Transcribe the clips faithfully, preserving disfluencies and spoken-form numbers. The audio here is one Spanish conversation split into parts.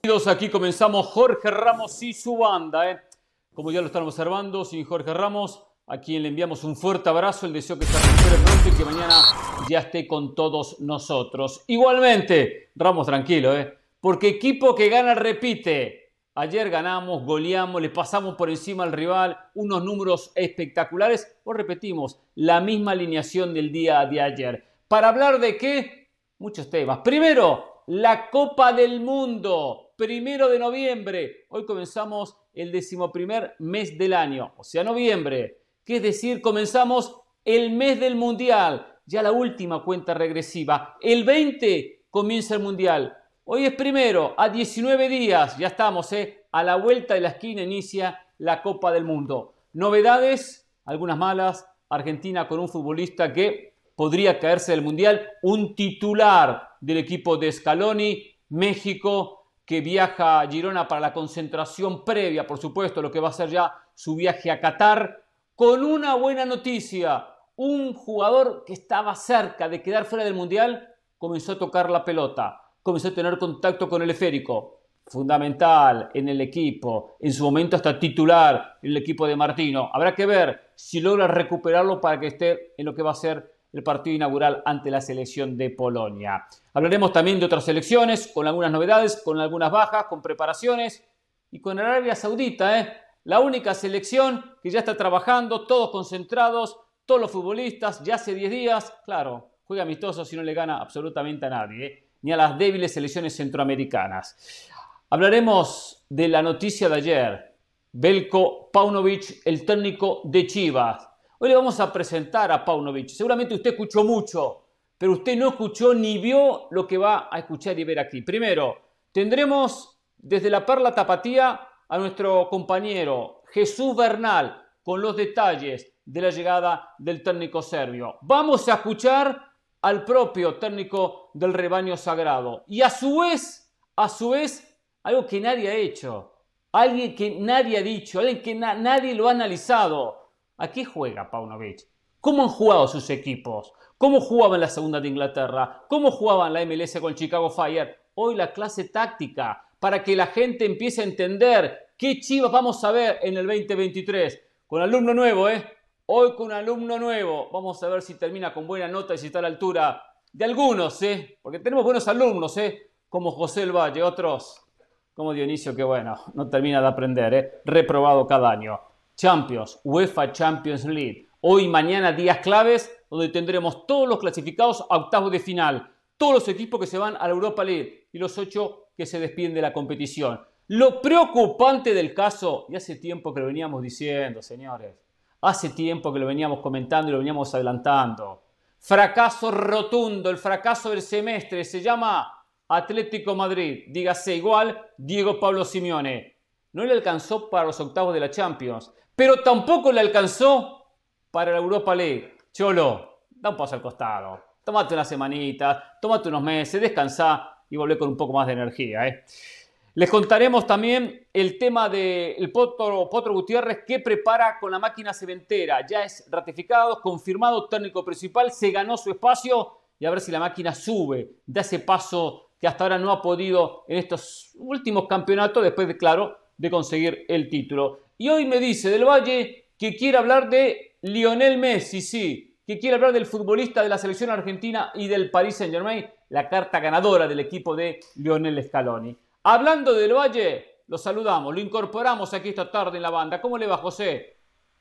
Aquí comenzamos Jorge Ramos y su banda. ¿eh? Como ya lo están observando, sin Jorge Ramos, a quien le enviamos un fuerte abrazo, el deseo que se recupere pronto y que mañana ya esté con todos nosotros. Igualmente, Ramos tranquilo, ¿eh? porque equipo que gana repite. Ayer ganamos, goleamos, le pasamos por encima al rival, unos números espectaculares. O repetimos, la misma alineación del día de ayer. ¿Para hablar de qué? Muchos temas. Primero, la Copa del Mundo. Primero de noviembre. Hoy comenzamos el decimoprimer mes del año, o sea, noviembre. Que es decir, comenzamos el mes del Mundial. Ya la última cuenta regresiva. El veinte comienza el Mundial. Hoy es primero, a diecinueve días. Ya estamos, ¿eh? A la vuelta de la esquina inicia la Copa del Mundo. Novedades, algunas malas. Argentina con un futbolista que podría caerse del Mundial. Un titular del equipo de Scaloni. México, que viaja a Girona para la concentración previa, por supuesto, lo que va a ser ya su viaje a Qatar. Con una buena noticia. Un jugador que estaba cerca de quedar fuera del Mundial comenzó a tocar la pelota. Comenzó a tener contacto con el esférico. Fundamental en el equipo. En su momento hasta titular en el equipo de Martino. Habrá que ver si logra recuperarlo para que esté en lo que va a ser el partido inaugural ante la selección de Polonia. Hablaremos también de otras selecciones, con algunas novedades, con algunas bajas, con preparaciones y con Arabia Saudita, ¿eh? La única selección que ya está trabajando, todos concentrados, todos los futbolistas, ya hace diez días, claro, juega amistoso si no le gana absolutamente a nadie, ¿eh? Ni a las débiles selecciones centroamericanas. Hablaremos de la noticia de ayer. Veljko Paunovic, el técnico de Chivas. Hoy le vamos a presentar a Paunovic. Seguramente usted escuchó mucho, pero usted no escuchó ni vio lo que va a escuchar y ver aquí. Primero, tendremos desde la Perla Tapatía a nuestro compañero Jesús Bernal con los detalles de la llegada del técnico serbio. Vamos a escuchar al propio técnico del rebaño sagrado. Y a su vez, a su vez, algo que nadie ha hecho. Alguien que nadie ha dicho, alguien que na- nadie lo ha analizado. ¿A qué juega Paunovic? ¿Cómo han jugado sus equipos? ¿Cómo jugaban en la segunda de Inglaterra? ¿Cómo jugaban la M L S con el Chicago Fire? Hoy la clase táctica para que la gente empiece a entender qué Chivas vamos a ver en el veinte veintitrés. Con alumno nuevo, ¿eh? Hoy con alumno nuevo. Vamos a ver si termina con buena nota y si está a la altura de algunos, ¿eh? Porque tenemos buenos alumnos, ¿eh? Como José El Valle, otros como Dionisio, que bueno, no termina de aprender, ¿eh? Reprobado cada año. Champions, UEFA Champions League. Hoy y mañana días claves donde tendremos todos los clasificados a octavos de final. Todos los equipos que se van a la Europa League y los ocho que se despiden de la competición. Lo preocupante del caso, y hace tiempo que lo veníamos diciendo, señores. Hace tiempo que lo veníamos comentando y lo veníamos adelantando. Fracaso rotundo, el fracaso del semestre. Se llama Atlético Madrid. Dígase igual Diego Pablo Simeone. No le alcanzó para los octavos de la Champions. Pero tampoco le alcanzó para la Europa League. Cholo, da un paso al costado. Tómate unas semanitas, tómate unos meses, descansá y volvé con un poco más de energía. ¿eh? Les contaremos también el tema del Potro, Potro Gutiérrez que prepara con la máquina cementera. Ya es ratificado, confirmado, técnico principal, se ganó su espacio y a ver si la máquina sube, da ese paso que hasta ahora no ha podido en estos últimos campeonatos, después de, claro, de conseguir el título. Y hoy me dice Del Valle que quiere hablar de Lionel Messi, sí, que quiere hablar del futbolista de la selección argentina y del Paris Saint-Germain, la carta ganadora del equipo de Lionel Scaloni. Hablando de Del Valle, lo saludamos, lo incorporamos aquí esta tarde en la banda. ¿Cómo le va, José?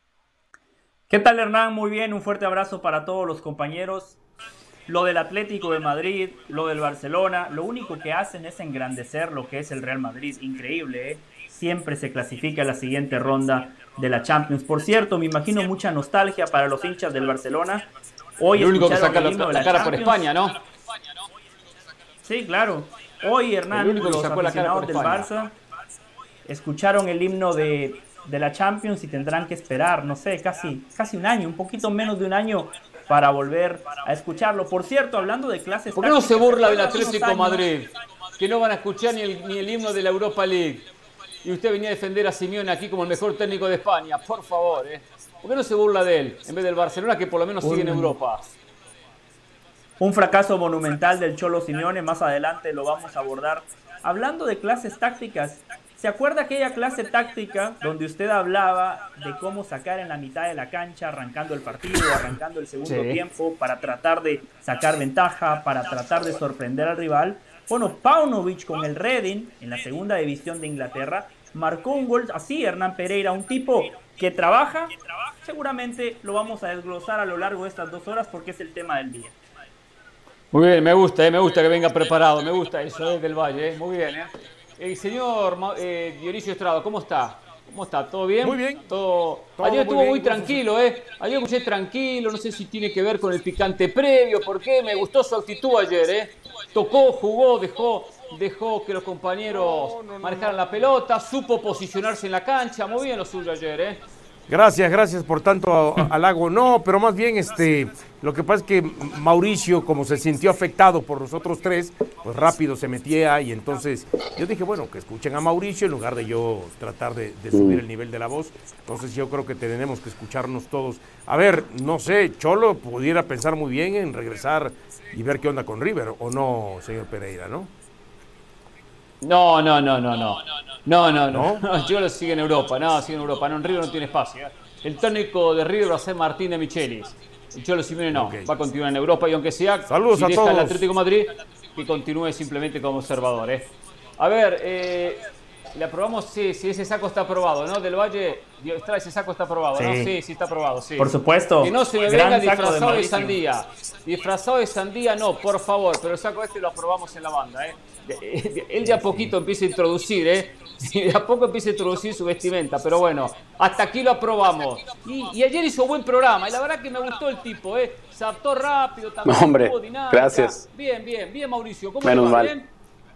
¿Qué tal, Hernán? Muy bien, un fuerte abrazo para todos los compañeros. Lo del Atlético de Madrid, lo del Barcelona, lo único que hacen es engrandecer lo que es el Real Madrid. Increíble, ¿eh? Siempre se clasifica a la siguiente ronda de la Champions. Por cierto, me imagino mucha nostalgia para los hinchas del Barcelona. Hoy el único que saca el la, la, la cara por España, ¿no? Sí, claro. Hoy, Hernán, los aficionados del Barça escucharon el himno de, de la Champions y tendrán que esperar, no sé, casi, casi un año, un poquito menos de un año para volver a escucharlo. Por cierto, hablando de clases... ¿Por qué no se burla del Atlético Madrid? Que no van a escuchar ni el, ni el himno de la Europa League. Y usted venía a defender a Simeone aquí como el mejor técnico de España. Por favor, ¿eh? ¿Por qué no se burla de él en vez del Barcelona, que por lo menos sigue en Europa? Un fracaso monumental del Cholo Simeone. Más adelante lo vamos a abordar hablando de clases tácticas, ¿se acuerda aquella clase táctica donde usted hablaba de cómo sacar en la mitad de la cancha, arrancando el partido, arrancando el segundo sí. tiempo, para tratar de sacar ventaja, para tratar de sorprender al rival? Bueno, Paunovic con el Reading, en la segunda división de Inglaterra, marcó un gol así, Hernán Pereira, un tipo que trabaja, seguramente lo vamos a desglosar a lo largo de estas dos horas porque es el tema del día. Muy bien, me gusta, eh, me gusta que venga preparado, me gusta eso eh, del Valle, eh, muy bien. Eh. El señor eh, Dionisio Estrada, ¿cómo está? ¿Cómo está? ¿Todo bien? Muy bien. ¿Todo? Todo Ayer muy estuvo bien, muy tranquilo, ¿eh? Ayer escuché tranquilo, no sé si tiene que ver con el picante previo, ¿por qué? Me gustó su actitud ayer, ¿eh? Tocó, jugó, dejó, dejó que los compañeros no, no, no, manejaran no. la pelota, supo posicionarse en la cancha, muy bien lo suyo ayer, ¿eh? Gracias, gracias por tanto halago. No, pero más bien este, lo que pasa es que Mauricio, como se sintió afectado por los otros tres, pues rápido se metía y entonces yo dije, bueno, que escuchen a Mauricio en lugar de yo tratar de, de subir el nivel de la voz. Entonces yo creo que tenemos que escucharnos todos. A ver, no sé, Cholo pudiera pensar muy bien en regresar y ver qué onda con River, ¿o no, señor Pereira, no? No, no, no, no, no. No, no, no. no yo lo sigo en Europa. No, sigue en Europa. No, en River no tiene espacio. ¿eh? El técnico de River va a ser Martín de Michelis. Cholo Simeone no. Okay. Va a continuar en Europa y aunque sea, Saludos si a deja todos. el Atlético de Madrid, que continúe simplemente como observador. ¿eh? A ver, eh, le aprobamos, sí, sí, ese saco está aprobado, ¿no? Del Valle, ese saco está aprobado, sí. ¿no? Sí, sí está aprobado, sí. Por supuesto. Que no se me venga disfrazado de, de sandía. Disfrazado de sandía, no, por favor. Pero el saco este lo aprobamos en la banda, ¿eh? Él ya a poquito empieza a introducir, ¿eh? Y de a poco empieza a introducir su vestimenta, pero bueno, hasta aquí lo aprobamos. Y, y ayer hizo buen programa, y la verdad que me gustó el tipo, ¿eh? Se adaptó rápido, también. No, hombre, gracias. Bien, bien, bien, Mauricio. ¿Cómo Menos va? ¿Bien?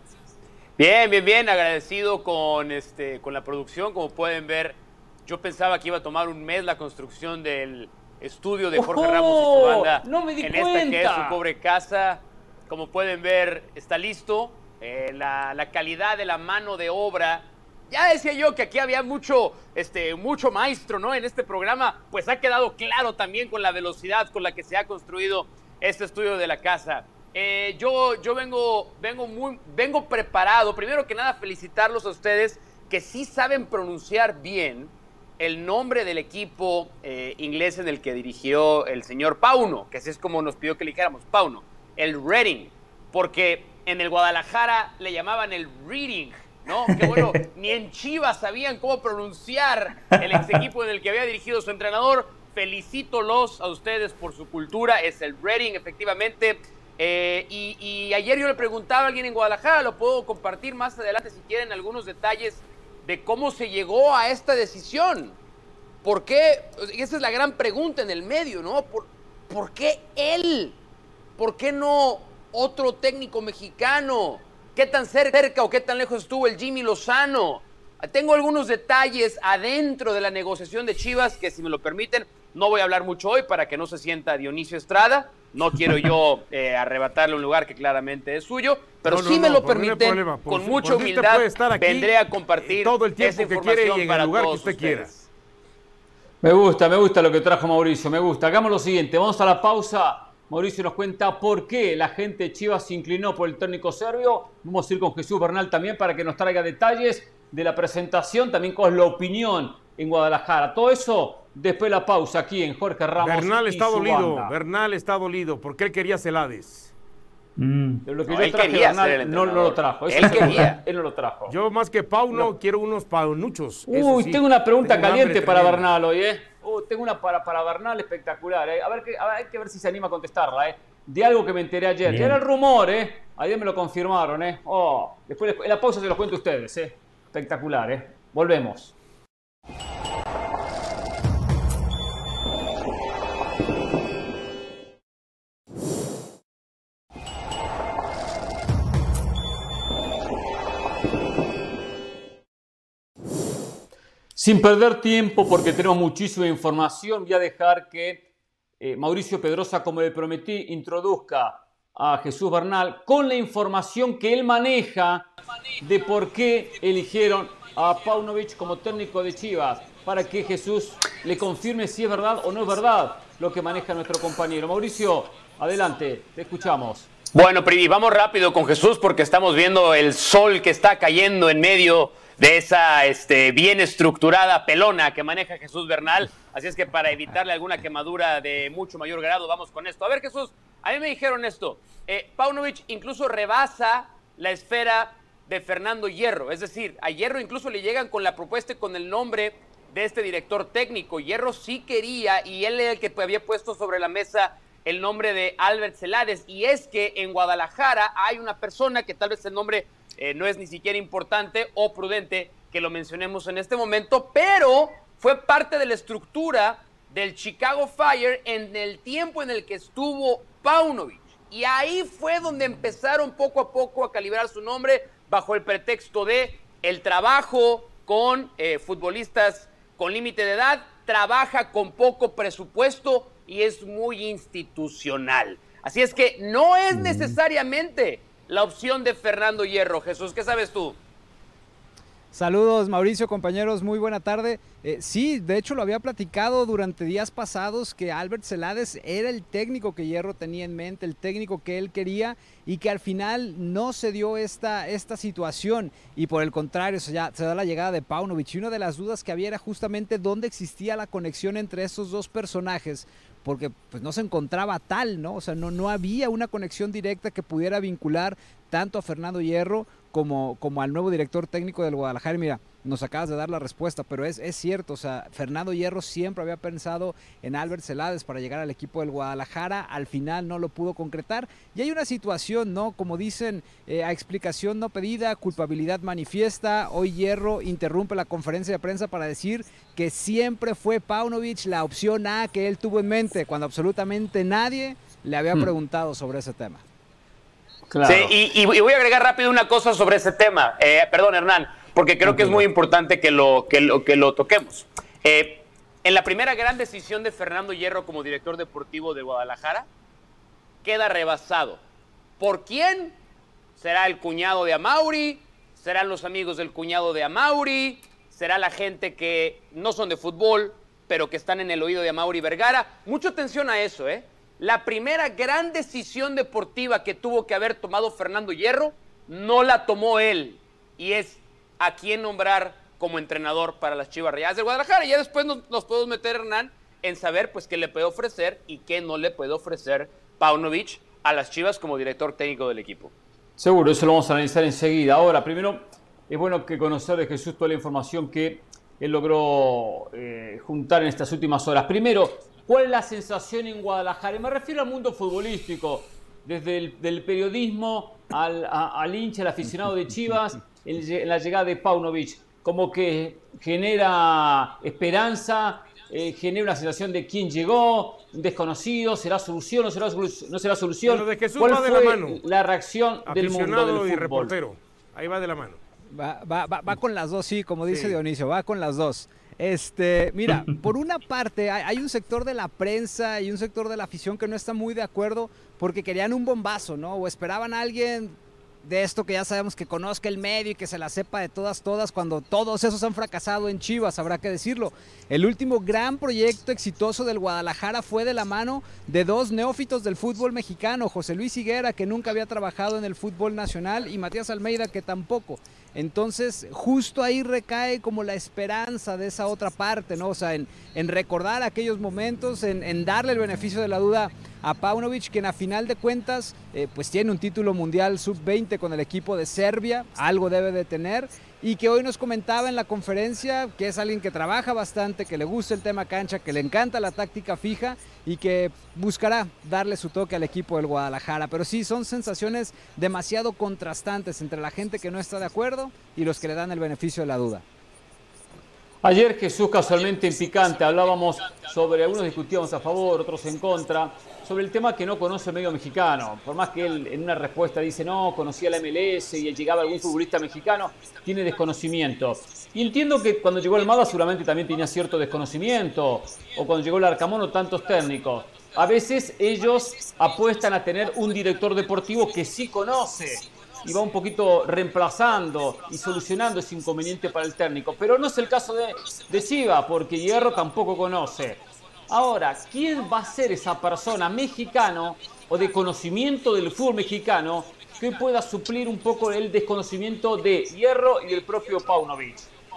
Bien, bien, bien, agradecido con, este, con la producción. Como pueden ver, yo pensaba que iba a tomar un mes la construcción del estudio de Jorge ¡Oh! Ramos y su banda no me di en cuenta. esta que es su pobre casa. Como pueden ver, está listo. Eh, la, la calidad de la mano de obra. Ya decía yo que aquí había mucho, este, mucho maestro, ¿no? En este programa, pues ha quedado claro también con la velocidad con la que se ha construido este estudio de la casa. Eh, yo yo vengo, vengo, muy, vengo preparado. Primero que nada, felicitarlos a ustedes que sí saben pronunciar bien el nombre del equipo eh, inglés en el que dirigió el señor Pauno, que así es como nos pidió que le dijéramos, Pauno, el Reading, porque en el Guadalajara le llamaban el Reading, ¿no? Que bueno, ni en Chivas sabían cómo pronunciar el ex equipo en el que había dirigido su entrenador. Felicítolos a ustedes por su cultura, es el Reading, efectivamente. Eh, y, y ayer yo le preguntaba a alguien en Guadalajara, lo puedo compartir más adelante si quieren algunos detalles de cómo se llegó a esta decisión. ¿Por qué? Esa es la gran pregunta en el medio, ¿no? ¿Por, ¿por qué él? ¿Por qué no otro técnico mexicano? ¿Qué tan cerca o qué tan lejos estuvo el Jimmy Lozano? Tengo algunos detalles adentro de la negociación de Chivas que, si me lo permiten, no voy a hablar mucho hoy para que no se sienta Dionisio Estrada. No quiero yo eh, arrebatarle un lugar que claramente es suyo, pero no, no, si me no, lo permiten, no con mucha humildad, vendré a compartir todo el tiempo esa información que quiere y en el lugar que usted quiera. Me gusta, me gusta lo que trajo Mauricio, me gusta. Hagamos lo siguiente, vamos a la pausa. Mauricio nos cuenta por qué la gente de Chivas se inclinó por el técnico serbio. Vamos a ir con Jesús Bernal también para que nos traiga detalles de la presentación, también cuál es la opinión en Guadalajara. Todo eso después de la pausa aquí en Jorge Ramos. Bernal está y su dolido, banda. Bernal está dolido porque él quería Celades. Mm. Lo que no, yo traje Bernal no, no lo trajo. Eso él quería. Él no lo trajo. Yo más que Pauno no. quiero unos paunuchos. Uy, sí. tengo una pregunta tengo caliente para tremendo. Bernal hoy, ¿eh? Uh, tengo una para, para Bernal espectacular, ¿eh? A ver, que, a ver, hay que ver si se anima a contestarla, ¿eh? De algo que me enteré ayer. Ya era el rumor, ¿eh? Ayer me lo confirmaron, ¿eh? Oh, después en la pausa se los cuento a ustedes, ¿eh? Espectacular, ¿eh? Volvemos. Sin perder tiempo, porque tenemos muchísima información, voy a dejar que eh, Mauricio Pedrosa, como le prometí, introduzca a Jesús Bernal con la información que él maneja de por qué eligieron a Paunovic como técnico de Chivas, para que Jesús le confirme si es verdad o no es verdad lo que maneja nuestro compañero. Mauricio, adelante, te escuchamos. Bueno, Privi, vamos rápido con Jesús porque estamos viendo el sol que está cayendo en medio de esa este, bien estructurada pelona que maneja Jesús Bernal. Así es que para evitarle alguna quemadura de mucho mayor grado, vamos con esto. A ver, Jesús, a mí me dijeron esto. Eh, Paunovic incluso rebasa la esfera de Fernando Hierro. Es decir, a Hierro incluso le llegan con la propuesta y con el nombre de este director técnico. Hierro sí quería y él era el que había puesto sobre la mesa el nombre de Albert Celades, y es que en Guadalajara hay una persona que tal vez el nombre eh, no es ni siquiera importante o prudente que lo mencionemos en este momento, pero fue parte de la estructura del Chicago Fire en el tiempo en el que estuvo Paunovic, y ahí fue donde empezaron poco a poco a calibrar su nombre bajo el pretexto de el trabajo con eh, futbolistas con límite de edad, trabaja con poco presupuesto y es muy institucional. Así es que no es necesariamente la opción de Fernando Hierro. Jesús, ¿qué sabes tú? Saludos, Mauricio, compañeros, muy buena tarde. Eh, sí, de hecho lo había platicado durante días pasados que Albert Celades era el técnico que Hierro tenía en mente, el técnico que él quería, y que al final no se dio esta, esta situación, y por el contrario se, ya, se da la llegada de Paunovic, y una de las dudas que había era justamente dónde existía la conexión entre estos dos personajes, porque pues no se encontraba tal, ¿no? O sea, no, no había una conexión directa que pudiera vincular tanto a Fernando Hierro como, como al nuevo director técnico del Guadalajara. Y mira, nos acabas de dar la respuesta, pero es, es cierto, o sea, Fernando Hierro siempre había pensado en Albert Celades para llegar al equipo del Guadalajara, al final no lo pudo concretar, y hay una situación, ¿no? Como dicen, eh, a explicación no pedida, culpabilidad manifiesta. Hoy Hierro interrumpe la conferencia de prensa para decir que siempre fue Paunovic la opción A que él tuvo en mente, cuando absolutamente nadie le había hmm. preguntado sobre ese tema. Claro. Sí, y, y voy a agregar rápido una cosa sobre ese tema, eh, perdón, Hernán, porque creo que es muy importante que lo, que lo, que lo toquemos. Eh, en la primera gran decisión de Fernando Hierro como director deportivo de Guadalajara, queda rebasado. ¿Por quién? ¿Será el cuñado de Amauri? ¿Serán los amigos del cuñado de Amauri? ¿Será la gente que no son de fútbol, pero que están en el oído de Amauri Vergara? Mucha atención a eso, ¿eh? La primera gran decisión deportiva que tuvo que haber tomado Fernando Hierro, no la tomó él, y es a quién nombrar como entrenador para las Chivas Rayadas de Guadalajara. Y ya después nos, nos podemos meter, Hernán, en saber pues qué le puede ofrecer y qué no le puede ofrecer Paunovic a las Chivas como director técnico del equipo. Seguro, eso lo vamos a analizar enseguida. Ahora, primero, es bueno que conocer de Jesús toda la información que él logró eh, juntar en estas últimas horas. Primero, ¿cuál es la sensación en Guadalajara? Y me refiero al mundo futbolístico, desde el del periodismo al, a, al hincha, al aficionado de Chivas, en la llegada de Paunovic, como que genera esperanza, eh, genera una sensación de quién llegó, un desconocido, ¿será solución o no será, no será solución? Pero de Jesús ¿Cuál va fue de la mano? La reacción del mundo del fútbol? Y reportero, ahí va de la mano. Va, va, va, va con las dos, sí, como dice sí. Dionisio, va con las dos. Este, mira, por una parte hay, hay un sector de la prensa y un sector de la afición que no está muy de acuerdo porque querían un bombazo, ¿no? O esperaban a alguien de esto que ya sabemos que conozca el medio y que se la sepa de todas, todas, cuando todos esos han fracasado en Chivas, habrá que decirlo. El último gran proyecto exitoso del Guadalajara fue de la mano de dos neófitos del fútbol mexicano, José Luis Higuera, que nunca había trabajado en el fútbol nacional, y Matías Almeida, que tampoco. Entonces, justo ahí recae como la esperanza de esa otra parte, ¿no? O sea, en, en recordar aquellos momentos, en, en darle el beneficio de la duda a Paunovic, quien a final de cuentas, eh, pues tiene un título mundial sub veinte con el equipo de Serbia, algo debe de tener, y que hoy nos comentaba en la conferencia que es alguien que trabaja bastante, que le gusta el tema cancha, que le encanta la táctica fija y que buscará darle su toque al equipo del Guadalajara. Pero sí, son sensaciones demasiado contrastantes entre la gente que no está de acuerdo y los que le dan el beneficio de la duda. Ayer, Jesús, casualmente en Picante, hablábamos sobre, algunos discutíamos a favor, otros en contra, sobre el tema que no conoce el medio mexicano. Por más que él en una respuesta dice, no, conocía la M L S y llegaba algún futbolista mexicano, tiene desconocimiento. Y entiendo que cuando llegó Almada seguramente también tenía cierto desconocimiento, o cuando llegó el Arcamón o tantos técnicos. A veces ellos apuestan a tener un director deportivo que sí conoce y va un poquito reemplazando y solucionando ese inconveniente para el técnico. Pero no es el caso de, de Chiva, porque Hierro tampoco conoce. Ahora, ¿quién va a ser esa persona mexicano o de conocimiento del fútbol mexicano que pueda suplir un poco el desconocimiento de Hierro y del propio Paunovic?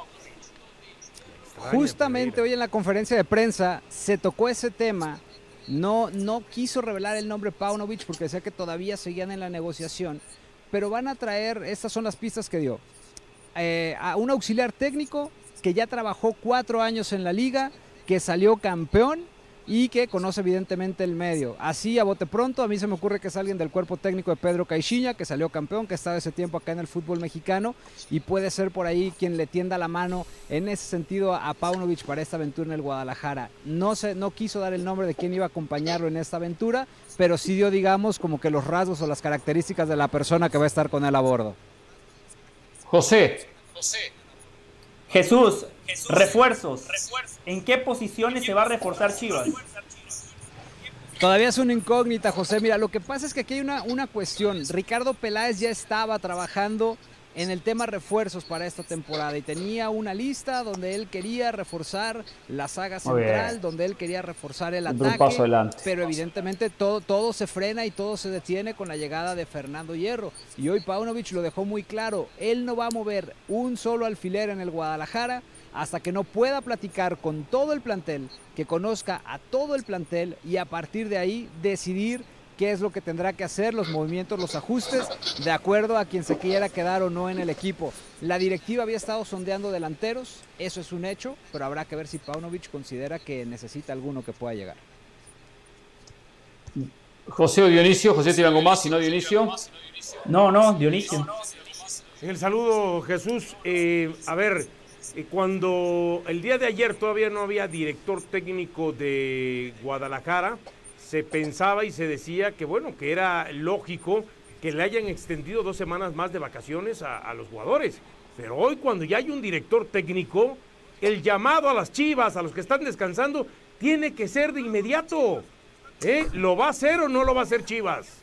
Justamente hoy en la conferencia de prensa se tocó ese tema. No, no quiso revelar el nombre Paunovic porque decía que todavía seguían en la negociación. Pero van a traer, estas son las pistas que dio, eh, a un auxiliar técnico que ya trabajó cuatro años en la liga, que salió campeón y que conoce evidentemente el medio. Así, a bote pronto, a mí se me ocurre que es alguien del cuerpo técnico de Pedro Caixinha, que salió campeón, que ha estado ese tiempo acá en el fútbol mexicano y puede ser por ahí quien le tienda la mano en ese sentido a Paunovic para esta aventura en el Guadalajara. No, se, no quiso dar el nombre de quién iba a acompañarlo en esta aventura, pero sí dio, digamos, como que los rasgos o las características de la persona que va a estar con él a bordo. José. José. Jesús, Jesús refuerzos. refuerzos. ¿En qué posiciones se va a reforzar Chivas? Todavía es una incógnita, José. Mira, lo que pasa es que aquí hay una, una cuestión. Ricardo Peláez ya estaba trabajando en el tema refuerzos para esta temporada y tenía una lista donde él quería reforzar la saga central, donde él quería reforzar el un ataque, paso adelante. Pero evidentemente todo, todo se frena y todo se detiene con la llegada de Fernando Hierro. Y hoy Paunovic lo dejó muy claro, él no va a mover un solo alfiler en el Guadalajara hasta que no pueda platicar con todo el plantel, que conozca a todo el plantel y a partir de ahí decidir qué es lo que tendrá que hacer, los movimientos, los ajustes, de acuerdo a quien se quiera quedar o no en el equipo. La directiva había estado sondeando delanteros, eso es un hecho, pero habrá que ver si Paunovic considera que necesita alguno que pueda llegar. José o Dionisio, José tiene algo más, si no Dionisio. No, no, Dionisio. El saludo, Jesús. Eh, a ver, eh, cuando el día de ayer todavía no había director técnico de Guadalajara, se pensaba y se decía que bueno, que era lógico que le hayan extendido dos semanas más de vacaciones a, a los jugadores. Pero hoy, cuando ya hay un director técnico, el llamado a las Chivas, a los que están descansando, tiene que ser de inmediato. ¿Eh? ¿Lo va a hacer o no lo va a hacer Chivas?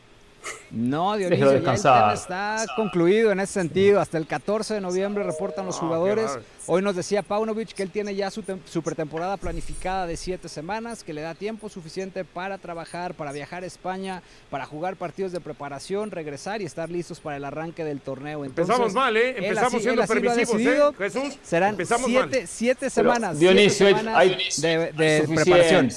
No, Dionisio, ya el tema está concluido en ese sentido. Hasta el catorce de noviembre reportan los jugadores. Hoy nos decía Paunovic que él tiene ya su, su pretemporada planificada de siete semanas, que le da tiempo suficiente para trabajar, para viajar a España, para jugar partidos de preparación, regresar y estar listos para el arranque del torneo. Entonces, empezamos mal, ¿eh? Empezamos así, siendo permisivos, ¿eh? Jesús, serán siete, siete semanas, Pero, Dionisio, siete semanas hay, de, de preparación.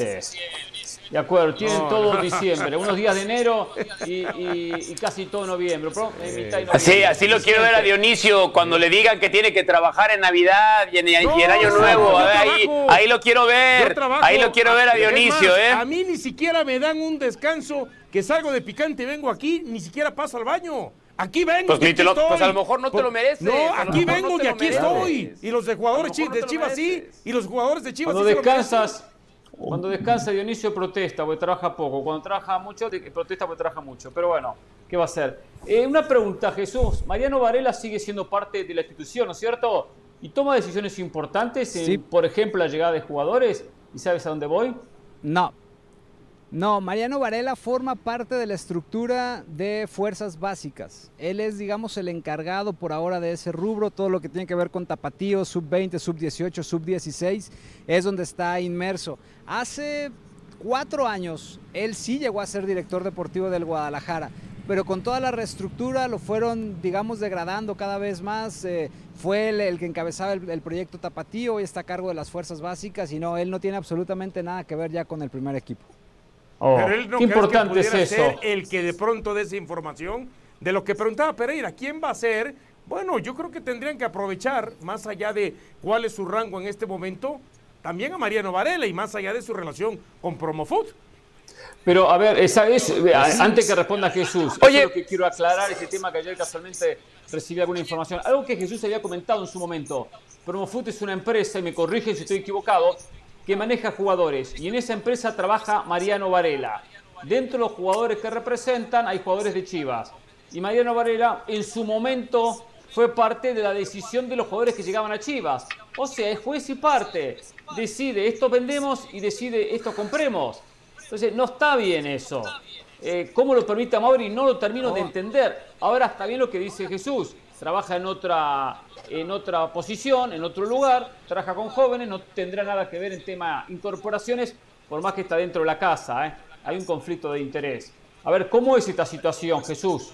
De acuerdo, tienen no, todo no. diciembre, unos días de enero y, y, y casi todo noviembre. Pero, eh, mitad de noviembre. Así, así lo quiero ver a Dionisio cuando le digan que tiene que trabajar en Navidad y en, y en No, Año no, Nuevo. yo A ver, ahí, trabajo. ahí lo quiero Yo ver. trabajo. Ahí lo quiero ver a Es Dionisio, más, ¿eh? A mí ni siquiera me dan un descanso, que salgo de picante y vengo aquí, ni siquiera paso al baño. Aquí vengo. Pues, y ni aquí te lo- estoy. pues a lo mejor no te lo mereces, No, a lo aquí mejor vengo no te y lo aquí mereces. estoy. Y los de jugadores A lo mejor chi- no de te lo Chivas sí. mereces. Y los jugadores de Chivas Cuando sí se lo descansas, cuando descansa Dionisio protesta porque trabaja poco. Cuando trabaja mucho, de- protesta porque trabaja mucho. Pero bueno, ¿qué va a hacer? Eh, una pregunta, Jesús. Mariano Varela sigue siendo parte de la institución, ¿no es cierto? Y toma decisiones importantes, en, Sí. por ejemplo, la llegada de jugadores. ¿Y sabes a dónde voy? No. No, Mariano Varela forma parte de la estructura de fuerzas básicas. Él es, digamos, el encargado por ahora de ese rubro, todo lo que tiene que ver con tapatíos, sub veinte, sub dieciocho, sub dieciséis, es donde está inmerso. Hace cuatro años, él sí llegó a ser director deportivo del Guadalajara, pero con toda la reestructura lo fueron, digamos, degradando cada vez más. Eh, fue el, el que encabezaba el, el proyecto Tapatío y está a cargo de las fuerzas básicas y no, él no tiene absolutamente nada que ver ya con el primer equipo. Oh, Pero él no qué cree importante que es pudiera eso. ser el que de pronto dé esa información de lo que preguntaba Pereira. ¿Quién va a ser? Bueno, yo creo que tendrían que aprovechar, más allá de cuál es su rango en este momento, también a Mariano Varela y más allá de su relación con Promofood. Pero a ver, esa es, antes que responda Jesús, Oye. eso es lo que quiero aclarar, este tema que ayer casualmente recibí alguna información. Algo que Jesús había comentado en su momento. Promofoot es una empresa, y me corrigen si estoy equivocado, que maneja jugadores. Y en esa empresa trabaja Mariano Varela. Dentro de los jugadores que representan hay jugadores de Chivas. Y Mariano Varela en su momento fue parte de la decisión de los jugadores que llegaban a Chivas. O sea, es juez y parte. Decide, esto vendemos y decide, esto compremos. Entonces, no está bien eso. Eh, ¿Cómo lo permite Mauri? No lo termino de entender. Ahora está bien lo que dice Jesús. Trabaja en otra, en otra posición, en otro lugar, trabaja con jóvenes, no tendrá nada que ver en tema incorporaciones, por más que está dentro de la casa, ¿eh? Hay un conflicto de interés. A ver, ¿cómo es esta situación, Jesús?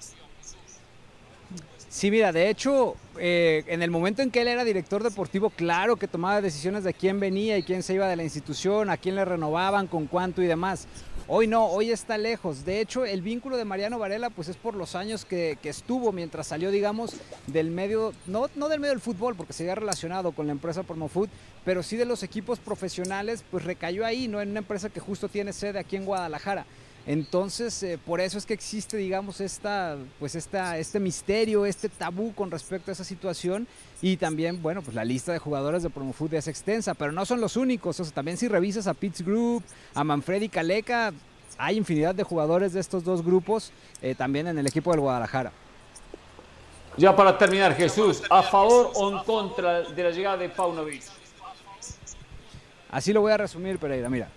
Sí, mira, de hecho, eh, en el momento en que él era director deportivo, claro que tomaba decisiones de quién venía y quién se iba de la institución, a quién le renovaban, con cuánto y demás. Hoy no, hoy está lejos. De hecho, el vínculo de Mariano Varela pues es por los años que, que estuvo mientras salió, digamos, del medio, no, no del medio del fútbol, porque seguía relacionado con la empresa Promofood, pero sí de los equipos profesionales, pues recayó ahí, ¿no? En una empresa que justo tiene sede aquí en Guadalajara. Entonces, eh, por eso es que existe, digamos, esta, pues esta, este misterio, este tabú con respecto a esa situación. Y también, bueno, pues la lista de jugadores de Promofood es extensa, pero no son los únicos. O sea, también si revisas a Pitts Group, a Manfredi Caleca, hay infinidad de jugadores de estos dos grupos eh, también en el equipo del Guadalajara. Ya para terminar, Jesús, ¿a favor o en contra de la llegada de Paunovic? Así lo voy a resumir, Pereira, mira.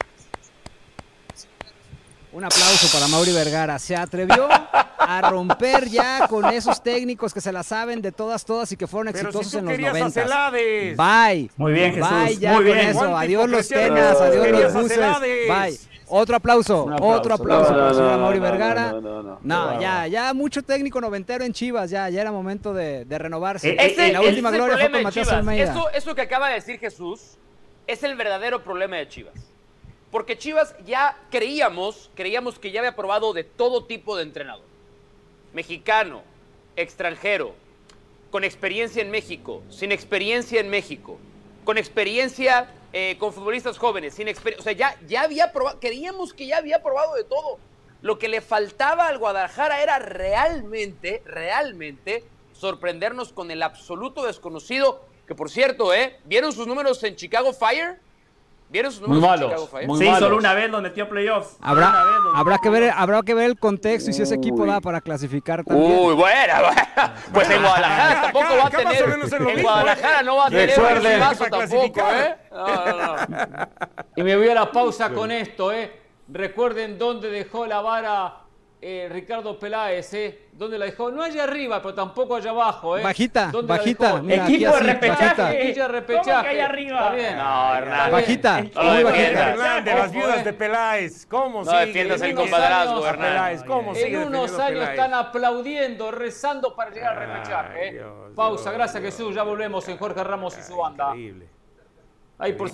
Un aplauso para Mauri Vergara. Se atrevió a romper ya con esos técnicos que se la saben de todas, todas y que fueron Pero exitosos si tú en los querías a noventas. Celades. Bye. Muy bien, Jesús. Bye ya Muy con bien. eso. ¿Cuánta Adiós los hipocresía tenas, de- adiós querías los a buses. Celades? Bye. Otro aplauso, Un aplauso, otro aplauso no, para el no, señor no, Mauri no, Vergara. no, no, no. No, ya, ya mucho técnico noventero en Chivas, ya, ya era momento de, de renovarse. Eh, Ese, En la ese última es el gloria fue problema con de Matías Chivas. Almeida. Esto, esto que acaba de decir Jesús es el verdadero problema de Chivas. Porque Chivas ya creíamos, creíamos que ya había probado de todo tipo de entrenador. Mexicano, extranjero, con experiencia en México, sin experiencia en México, con experiencia eh, con futbolistas jóvenes, sin experiencia. O sea, ya, ya había probado, creíamos que ya había probado de todo. Lo que le faltaba al Guadalajara era realmente, realmente sorprendernos con el absoluto desconocido, que por cierto, ¿eh? ¿Vieron sus números en Chicago Fire? ¿Vieron sus Muy números en malos, Chicago Fire? muy Sí, malos. solo una vez los metió a playoffs. Habrá, Una vez los habrá, metió que a ver, playoffs. habrá que ver el contexto y si ese equipo da para clasificar también. Uy, buena, buena. Pues en Guadalajara acá- tampoco acá- va a acá más tener. o menos es lo En mismo, Guadalajara ¿eh? no va a tener Recuerden. un equipazo Para tampoco, clasificar. ¿eh? No, no, no. Y me voy a la pausa con esto, ¿eh? Recuerden dónde dejó la vara eh, Ricardo Peláez, ¿eh? ¿Dónde la dejó? No allá arriba, pero tampoco allá abajo, ¿eh? Bajita, ¿Dónde la bajita, dejó? mira, aquí Equipo de así, repechaje. bajita. Ella repechaje. ¿Cómo que allá arriba? Está bien. No, Hernán. Está bien. Bajita, No muy lo bajita. defiendas. Hernán, de Ojo, las viudas eh. de Peláez. ¿Cómo No sigue defiendas el defendiendo compadrazgo, a Hernán. Peláez? ¿Cómo sigue En unos defendiendo a años Peláez? están aplaudiendo, rezando para llegar al repechaje. Ay, ¿eh? Dios, Pausa, Dios, gracias Dios, Jesús. Ya volvemos en Jorge Ramos y su banda. Increíble. Ahí por...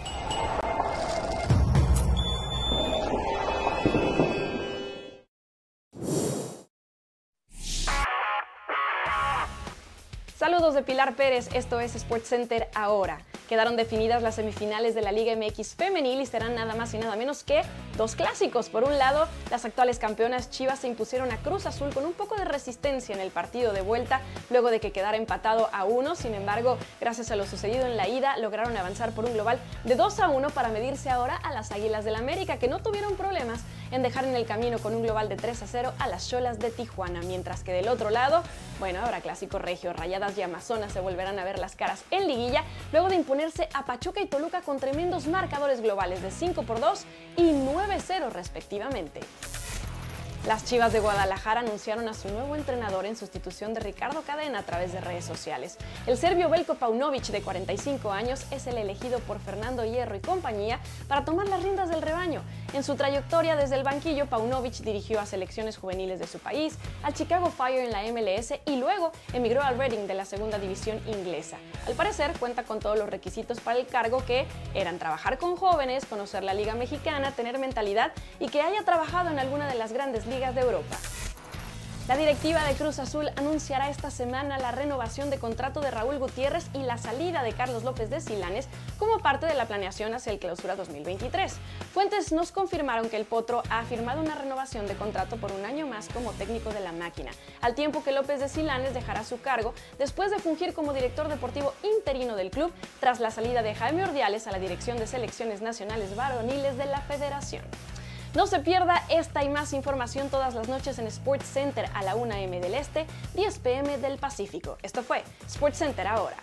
Saludos de Pilar Pérez, esto es SportsCenter ahora. Quedaron definidas las semifinales de la Liga M X femenil y serán nada más y nada menos que dos clásicos. Por un lado, las actuales campeonas Chivas se impusieron a Cruz Azul con un poco de resistencia en el partido de vuelta luego de que quedara empatado a uno. Sin embargo, gracias a lo sucedido en la ida, lograron avanzar por un global de dos a uno para medirse ahora a las Águilas del América, que no tuvieron problemas en dejar en el camino con un global de tres a cero a las Xolas de Tijuana. Mientras que del otro lado, bueno, ahora clásico regio, Rayadas y Amazonas se volverán a ver las caras en liguilla luego de imponerse a Pachuca y Toluca con tremendos marcadores globales de cinco por dos y nueve cero respectivamente. Las Chivas de Guadalajara anunciaron a su nuevo entrenador en sustitución de Ricardo Cadena a través de redes sociales. El serbio Veljko Paunovic, de cuarenta y cinco años, es el elegido por Fernando Hierro y compañía para tomar las riendas del rebaño. En su trayectoria desde el banquillo, Paunovic dirigió a selecciones juveniles de su país, al Chicago Fire en la M L S y luego emigró al Reading de la segunda división inglesa. Al parecer, cuenta con todos los requisitos para el cargo, que eran trabajar con jóvenes, conocer la Liga Mexicana, tener mentalidad y que haya trabajado en alguna de las grandes ligas de Europa. La directiva de Cruz Azul anunciará esta semana la renovación de contrato de Raúl Gutiérrez y la salida de Carlos López de Silanes como parte de la planeación hacia el Clausura dos mil veintitrés. Fuentes nos confirmaron que el Potro ha firmado una renovación de contrato por un año más como técnico de la máquina, al tiempo que López de Silanes dejará su cargo después de fungir como director deportivo interino del club tras la salida de Jaime Ordiales a la dirección de selecciones nacionales varoniles de la federación. No se pierda esta y más información todas las noches en SportsCenter a la una eme del Este, diez pe eme del Pacífico. Esto fue SportsCenter ahora.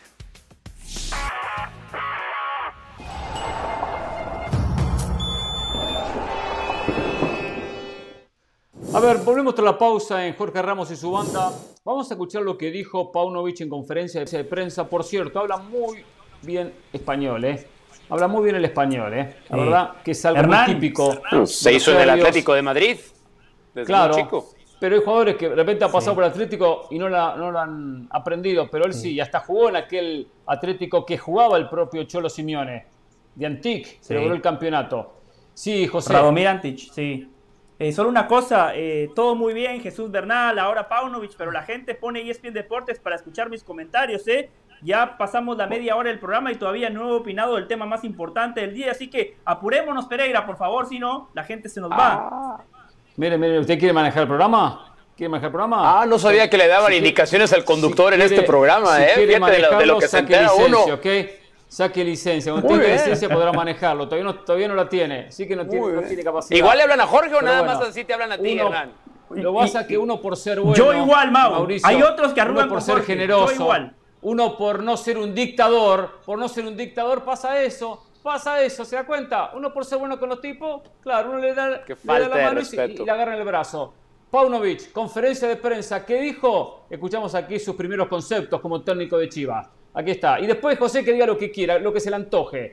A ver, volvemos tras la pausa en Jorge Ramos y su banda. Vamos a escuchar lo que dijo Paunovic en conferencia de prensa. Por cierto, habla muy bien español, ¿eh? Habla muy bien el español, ¿eh? La Sí. verdad que es algo Hernán. muy típico. Se de hizo los en el serbios. Atlético de Madrid. Desde Claro, muy chico. pero hay jugadores que de repente han pasado Sí. por el Atlético y no, la, no lo han aprendido, pero él sí. y hasta jugó en aquel Atlético que jugaba el propio Cholo Simeone, de Antic, se Sí. logró el campeonato. Sí, José. Radomir Antic, sí. Eh, solo una cosa, eh, todo muy bien, Jesús Bernal, ahora Paunovic, pero la gente pone E S P N Deportes para escuchar mis comentarios, ¿eh? Ya pasamos la media hora del programa y todavía no he opinado del tema más importante del día, así que apurémonos, Pereira, por favor, si no, la gente se nos va. Mire, mire, ¿usted quiere manejar el programa? ¿Quiere manejar el programa? Ah, no sabía que le daban Si indicaciones quiere- al conductor si en este quiere- programa, si ¿eh? quiere Fíjate de lo, de lo manejarlo, que se saque entera licencia, uno. ¿ok? Saque licencia. Cuando Muy tenga bien. licencia podrá manejarlo. Todavía no, todavía no la tiene. Así que no tiene, Muy no bien. tiene capacidad. Igual le hablan a Jorge o Pero nada bueno, más así te hablan a ti, uno- Hernán. Lo pasa que uno por ser bueno. Yo igual, Mau. Hay otros que arrugan uno por con ser Jorge. generoso. Yo igual. Uno por no ser un dictador. Por no ser un dictador pasa eso. Pasa eso, ¿se da cuenta? Uno por ser bueno con los tipos, claro, uno le da, Qué le da falta la de mano y, respeto. y le agarra en el brazo. Paunovic, conferencia de prensa, ¿qué dijo? Escuchamos aquí sus primeros conceptos como técnico de Chivas. Aquí está. Y después José que diga lo que quiera, lo que se le antoje.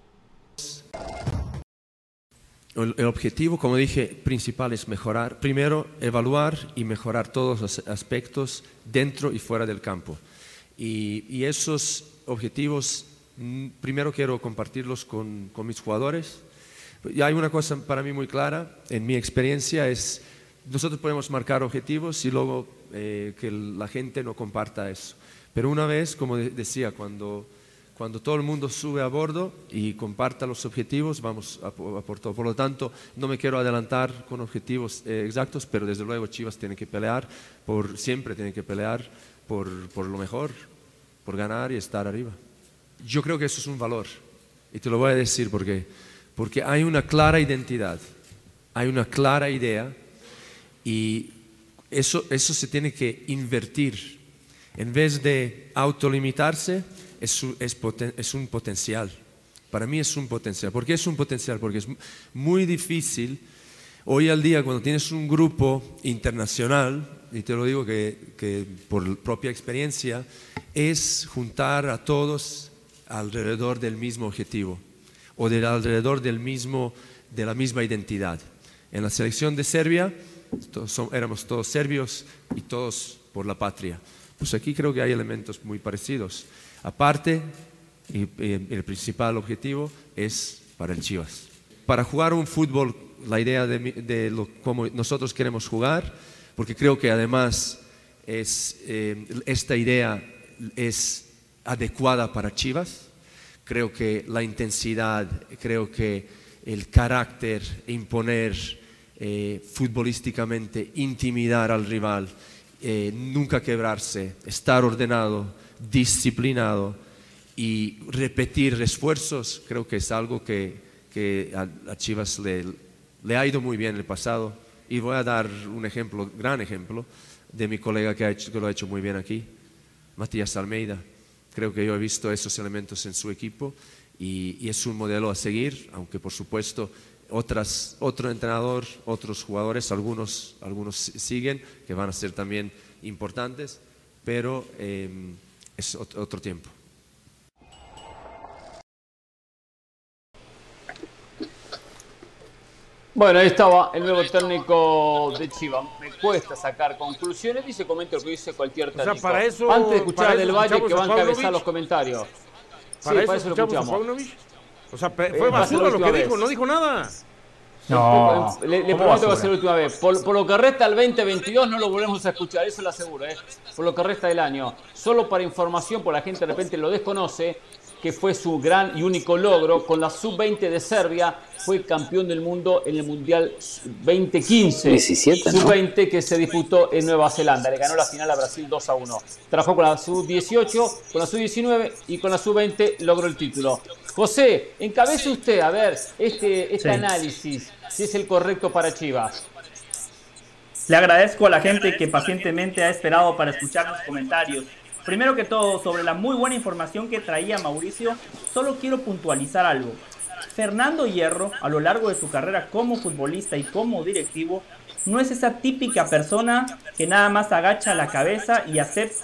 El, el objetivo, como dije, principal es mejorar, primero evaluar y mejorar todos los aspectos dentro y fuera del campo. Y, y esos objetivos, mm, primero quiero compartirlos con, con mis jugadores. Y hay una cosa para mí muy clara, en mi experiencia, es nosotros podemos marcar objetivos y luego eh, que la gente no comparta eso. Pero una vez, como de- decía, cuando... Cuando todo el mundo sube a bordo y comparta los objetivos, vamos a, po- a por todo. Por lo tanto, no me quiero adelantar con objetivos eh, exactos, pero desde luego Chivas tiene que pelear, por, siempre tiene que pelear por, por lo mejor, por ganar y estar arriba. Yo creo que eso es un valor, y te lo voy a decir por qué. Porque hay una clara identidad, hay una clara idea, y eso, eso se tiene que invertir. En vez de autolimitarse, Es un, es, poten, es un potencial. Para mí es un potencial. ¿Por qué es un potencial? Porque es muy difícil hoy al día cuando tienes un grupo internacional, y te lo digo que, que por propia experiencia, es juntar a todos alrededor del mismo objetivo o del alrededor del mismo, de la misma identidad. En la selección de Serbia todos son, éramos todos serbios y todos por la patria. Pues aquí creo que hay elementos muy parecidos. Aparte, y, y el principal objetivo es para el Chivas. Para jugar un fútbol, la idea de, de lo, cómo nosotros queremos jugar, porque creo que además es, eh, esta idea es adecuada para Chivas. Creo que la intensidad, creo que el carácter, imponer eh, futbolísticamente, intimidar al rival, eh, nunca quebrarse, estar ordenado, disciplinado y repetir esfuerzos, creo que es algo que, que a, a Chivas le, le ha ido muy bien en el pasado. Y voy a dar un ejemplo, gran ejemplo, de mi colega que, ha hecho, que lo ha hecho muy bien aquí, Matías Almeida. Creo que yo he visto esos elementos en su equipo y, y es un modelo a seguir, aunque por supuesto otras, otro entrenador, otros jugadores, algunos, algunos siguen, que van a ser también importantes, pero eh, es otro tiempo. Bueno, ahí estaba el nuevo técnico de Chivas. Me cuesta sacar conclusiones y se comenta lo que dice cualquier técnico. O sea, para eso- Antes de escuchar para a Del eso Valle, escuchamos que va a a Paunovic. encabezar los comentarios. ¿Para, sí, eso para eso lo escuchamos a escuchamos. Paunovic? O sea, pe- Eh, fue va a ser la basura lo última que dijo, vez. no dijo nada. No. Le, le ¿Cómo prometo que va a basura? ser la última vez. Por, por lo que resta el veinte veintidós no lo volvemos a escuchar, eso lo aseguro, ¿eh? Por lo que resta del año. Solo para información, por la gente de repente lo desconoce, que fue su gran y único logro. Con la sub veinte de Serbia fue campeón del mundo en el Mundial veinte quince. diecisiete, ¿no? sub veinte que se disputó en Nueva Zelanda. Le ganó la final a Brasil dos a uno. Trabajó con la sub dieciocho, con la sub diecinueve y con la sub veinte logró el título. José, encabece usted, a ver, este, este Sí. análisis, si es el correcto para Chivas. Le agradezco a la gente que pacientemente ha esperado para escuchar los comentarios. Primero que todo, sobre la muy buena información que traía Mauricio, solo quiero puntualizar algo. Fernando Hierro, a lo largo de su carrera como futbolista y como directivo, no es esa típica persona que nada más agacha la cabeza y acepta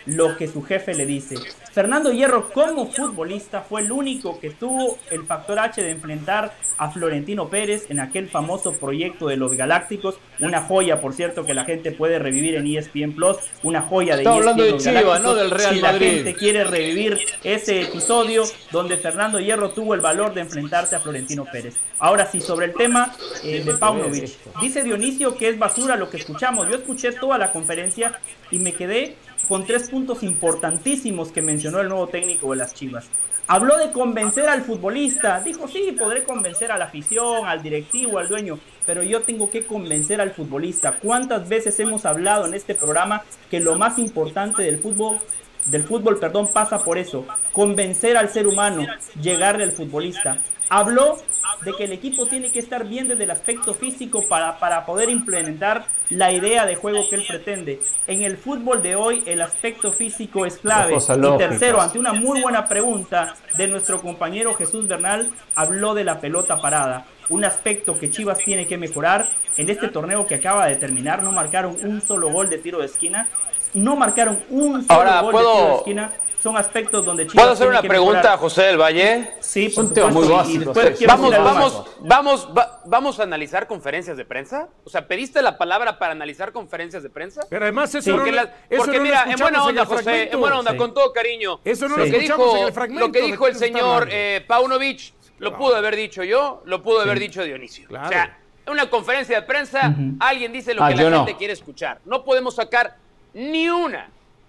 lo que su jefe le dice. Fernando Hierro, como futbolista, fue el único que tuvo el factor H de enfrentar a Florentino Pérez en aquel famoso proyecto de los Galácticos, una joya, por cierto, que la gente puede revivir en E S P N Plus, una joya de Estamos E S P N hablando de Los Chivas, Galácticos. no del Real si Madrid. la gente quiere revivir ese episodio donde Fernando Hierro tuvo el valor de enfrentarse a Florentino Pérez. Ahora sí, sobre el tema eh, de Paunovic, dice Dionisio que es basura lo que escuchamos. Yo escuché toda la conferencia y me quedé con tres puntos importantísimos que mencionó el nuevo técnico de las Chivas. Habló de convencer al futbolista, dijo sí, podré convencer a la afición, al directivo, al dueño, pero yo tengo que convencer al futbolista. ¿Cuántas veces hemos hablado en este programa que lo más importante del fútbol, del fútbol, perdón, pasa por eso? Convencer al ser humano, llegarle al futbolista. Habló de que el equipo tiene que estar bien desde el aspecto físico para, para poder implementar la idea de juego que él pretende. En el fútbol de hoy el aspecto físico es clave. Y tercero, ante una muy buena pregunta de nuestro compañero Jesús Bernal, habló de la pelota parada. Un aspecto que Chivas tiene que mejorar. En este torneo que acaba de terminar no marcaron un solo gol de tiro de esquina. No marcaron un solo Ahora, gol ¿puedo... de tiro de esquina. Son aspectos donde Chivas ¿Puedo hacer tiene una que pregunta mejorar. a José del Valle? Sí, por Un tema supuesto. muy Y básico, después sí. quiero Vamos, decir algo vamos, más. vamos, va- vamos a analizar conferencias de prensa. O sea, ¿pediste la palabra para analizar conferencias de prensa? Pero además eso Sí. no, Porque, lo- la- eso porque no lo mira, en escuchamos buena onda, el José, fragmento. en buena onda, Sí. con todo cariño. Eso no lo lo que escuchamos dijo, en el fragmento. lo que ¿de dijo qué el nos está señor hablando? eh, Paunovic, lo pudo haber dicho yo, lo pudo haber dicho Dionisio. Claro. O sea, en una conferencia de prensa, Ujú. alguien dice lo Ah, que yo la no. gente quiere escuchar. No podemos sacar ni una,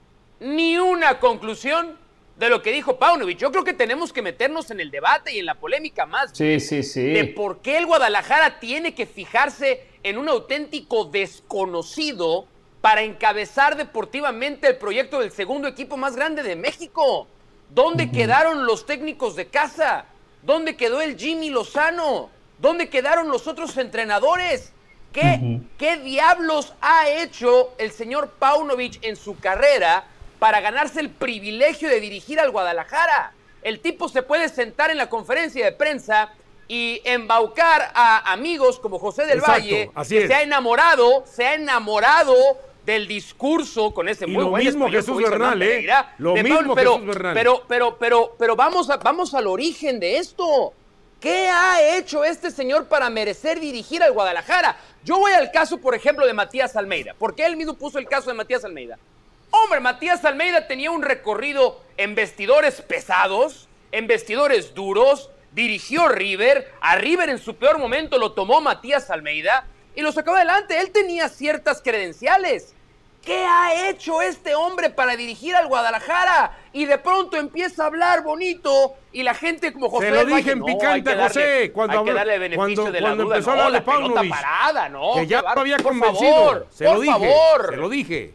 ni una conclusión de lo que dijo Paunovic. Yo creo que tenemos que meternos en el debate y en la polémica más Sí, sí, sí. de por qué el Guadalajara tiene que fijarse en un auténtico desconocido para encabezar deportivamente el proyecto del segundo equipo más grande de México. ¿Dónde quedaron los técnicos de casa? ¿Dónde quedó el Jimmy Lozano? ¿Dónde quedaron los otros entrenadores? ¿Qué, Ujú. ¿Qué diablos ha hecho el señor Paunovic en su carrera para ganarse el privilegio de dirigir al Guadalajara? El tipo se puede sentar en la conferencia de prensa y embaucar a amigos como José del Exacto, Valle, así que es. se ha enamorado, se ha enamorado del discurso con ese Y muy lo buen mismo español Jesús como hizo Hernán Bernal, ¿eh? Pereira, Lo de mismo Pablo, pero, Jesús Bernal. Pero, pero, pero, pero vamos, a, vamos al origen de esto. ¿Qué ha hecho este señor para merecer dirigir al Guadalajara? Yo voy al caso, por ejemplo, de Matías Almeida, porque él mismo puso el caso de Matías Almeida. Hombre, Matías Almeida tenía un recorrido en vestidores pesados, en vestidores duros, dirigió River, a River en su peor momento lo tomó Matías Almeida y lo sacó adelante. Él tenía ciertas credenciales. ¿Qué ha hecho este hombre para dirigir al Guadalajara? Y de pronto empieza a hablar bonito y la gente como José Se lo del Valle, dije en no, picante, hay que darle- José, cuando hay que habló- darle beneficio cuando- de la cuando duda. empezó a No, hablar de la pelota Paunovic, parada, no. que ya qué lo bar- había por convencido. favor, se lo por dije, favor. se lo dije.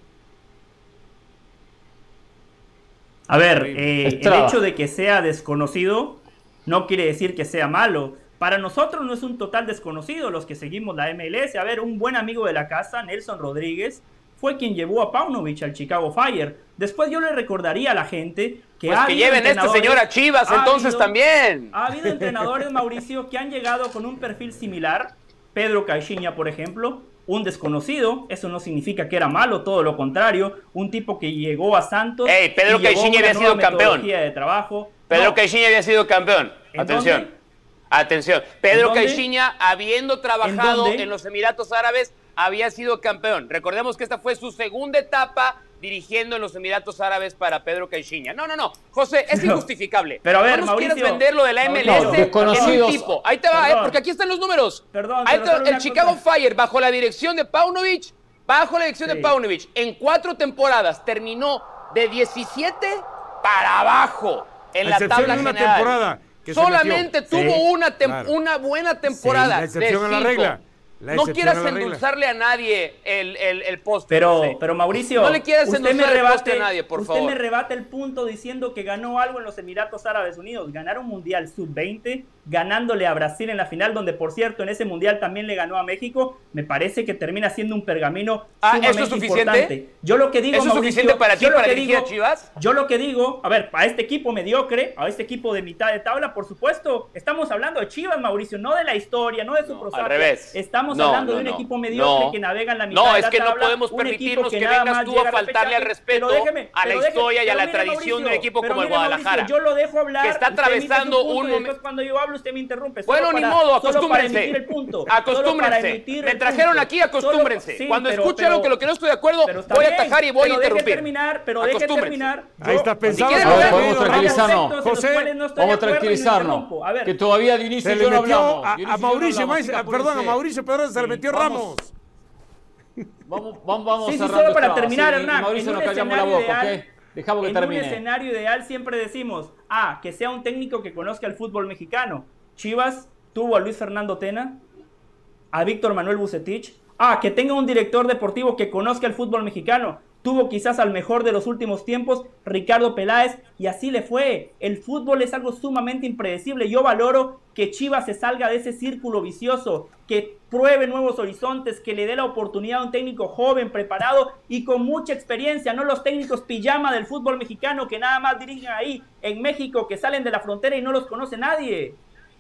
A ver, Sí. eh, el Estrada. hecho de que sea desconocido no quiere decir que sea malo. Para nosotros no es un total desconocido los que seguimos la M L S. A ver, un buen amigo de la casa, Nelson Rodríguez, fue quien llevó a Paunovic al Chicago Fire. Después yo le recordaría a la gente que Pues ha que habido lleven a este entrenadores- señor a Chivas, ha entonces habido- también. Ha habido entrenadores, Mauricio, que han llegado con un perfil similar. Pedro Caixinha, por ejemplo, un desconocido. Eso no significa que era malo, todo lo contrario. Un tipo que llegó a Santos. Ey, Pedro y llevó Caixinha una había sido nueva campeón. metodología de trabajo. Pedro No, Caixinha había sido campeón. ¿En Atención. dónde? Atención. Pedro ¿En dónde? Caixinha, habiendo trabajado ¿En en, dónde? los Emiratos Árabes, había sido campeón. Recordemos que esta fue su segunda etapa dirigiendo en los Emiratos Árabes para Pedro Caixinha. No, no, no. José, es No. injustificable. Pero a ver, no nos Mauricio, quieras vender lo de la M L S Mauricio, en un desconocidos. tipo. Ahí te va, Perdón. eh, porque aquí están los números. Perdón, Ahí pero te- solo el una Chicago cosa. Fire, bajo la dirección de Paunovic, bajo la dirección Sí. de Paunovic, en cuatro temporadas terminó de diecisiete para abajo en A la excepción tabla de una general. temporada que se Solamente metió. tuvo Sí, una, tem- claro. una buena temporada. Sí, la excepción de a la cinco. regla. La No excepción quieras a la regla. endulzarle a nadie el, el, el postre. Pero, José. pero Mauricio, No le quieras usted me endulzar el postre rebate, a nadie, por usted favor. me rebate el punto diciendo que ganó algo en los Emiratos Árabes Unidos. Ganar un Mundial sub veinte ganándole a Brasil en la final, donde por cierto en ese mundial también le ganó a México, me parece que termina siendo un pergamino ah, sumamente ¿eso es suficiente? importante. Yo lo que digo, ¿Eso es Mauricio, suficiente para ti yo lo para que dirigir digo, a Chivas? Yo lo que digo, a ver, a este equipo mediocre, a este equipo de mitad de tabla, por supuesto, estamos hablando de Chivas, Mauricio, no de la historia, no de su No, prosapia. al revés. Estamos No, hablando no, de un no. equipo mediocre No. que navega en la mitad No, de es la que no tabla, podemos un permitirnos equipo que nada vengas más tú a llega al faltarle al repechaje. respeto Pero déjeme, a la pero déjeme, historia y a pero la mire, tradición de un Mauricio, equipo pero como el mire, Mauricio, Guadalajara. yo lo dejo hablar. Que está usted me dice su atravesando punto un y después momento. cuando yo hablo usted me interrumpe. Solo Bueno, ni para- modo, solo para acostúmbrense. emitir el punto. Acostúmbrense. Solo para emitir Me el trajeron punto. aquí, acostúmbrense. Solo- sí, Cuando pero- escuchen pero- algo que lo que no estoy de acuerdo, pero está voy a bien, atajar y voy a pero deje interrumpir. terminar, pero deje Acostúmbrense. terminar. Ahí está, Yo- pensaba si que quieren, había podemos venido tranquilizarnos. Ramos. José, José, no estoy de Vamos a acuerdo y no tranquilizarnos. interrumpo. A ver, Que todavía de inicio Se le yo no metió hablamos. a, De inicio a yo no Mauricio, hablamos, Maes- así que perdón, a apúrense. Mauricio Pedrosa se le Sí, metió vamos. Ramos. Vamos, vamos, vamos Sí, sí, cerrando solo para esto. terminar, Sí, y Hernán. Mauricio, En nos un callamos la escenario boca, ideal, ¿ok? Dejamos que en termine. un escenario ideal siempre decimos, ah, que sea un técnico que conozca el fútbol mexicano. Chivas tuvo a Luis Fernando Tena, a Víctor Manuel Bucetich. Ah, que tenga un director deportivo que conozca el fútbol mexicano. Tuvo quizás al mejor de los últimos tiempos, Ricardo Peláez, y así le fue. El fútbol es algo sumamente impredecible. Yo valoro que Chivas se salga de ese círculo vicioso, que pruebe nuevos horizontes, que le dé la oportunidad a un técnico joven, preparado y con mucha experiencia, no los técnicos pijama del fútbol mexicano que nada más dirigen ahí en México, que salen de la frontera y no los conoce nadie.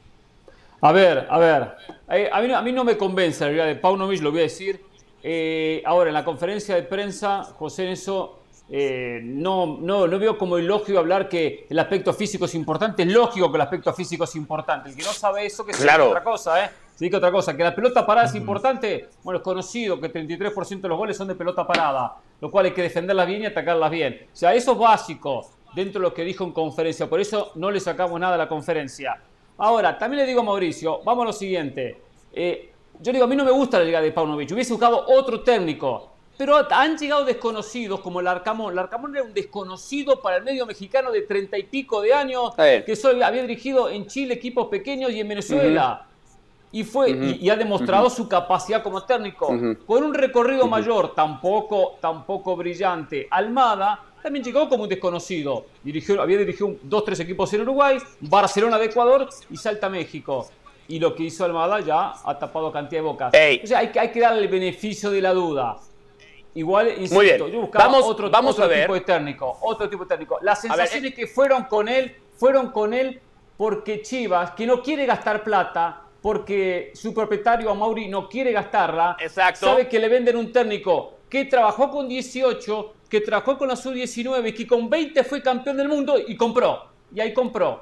A ver, a ver. Eh, a, mí, a mí no me convence la idea de Paunovic, lo voy a decir. Eh, ahora, en la conferencia de prensa, José, en eso eh, no, no, no veo como elogio hablar que el aspecto físico es importante. Es lógico que el aspecto físico es importante. El que no sabe eso, que se Claro. dedique a otra cosa, ¿eh? Se dedica a otra cosa. Que la pelota parada es importante. Bueno, es conocido que treinta y tres por ciento de los goles son de pelota parada, lo cual hay que defenderlas bien y atacarlas bien. O sea, eso es básico dentro de lo que dijo en conferencia. Por eso no le sacamos nada a la conferencia. Ahora, también le digo a Mauricio, vamos a lo siguiente. Eh, yo digo, a mí no me gusta la liga de Paunovic. Hubiese buscado otro técnico. Pero han llegado desconocidos como el Arcamón. El Arcamón era un desconocido para el medio mexicano de treinta y pico de años, A ver. que solo había dirigido en Chile equipos pequeños y en Venezuela. Y, fue, Ujú. y, y ha demostrado su capacidad como técnico. Ujú. Con un recorrido mayor, tampoco, tampoco brillante. Almada también llegó como un desconocido. Dirigió, había dirigido un- dos, tres equipos en Uruguay, Barcelona de Ecuador y Salta México. Y lo que hizo Almada ya ha tapado cantidad de bocas. Ey. O sea, hay, que- hay que darle el beneficio de la duda. Igual, insisto, Muy bien. yo buscaba Vamos- otro, vamos otro a ver. tipo de técnico. Otro tipo de técnico. Las ver, sensaciones eh. que fueron con él, fueron con él porque Chivas, que no quiere gastar plata, porque su propietario Amauri no quiere gastarla, Exacto. sabe que le venden un técnico que trabajó con dieciocho, que trabajó con la sub diecinueve, que con veinte fue campeón del mundo y compró. Y ahí compró.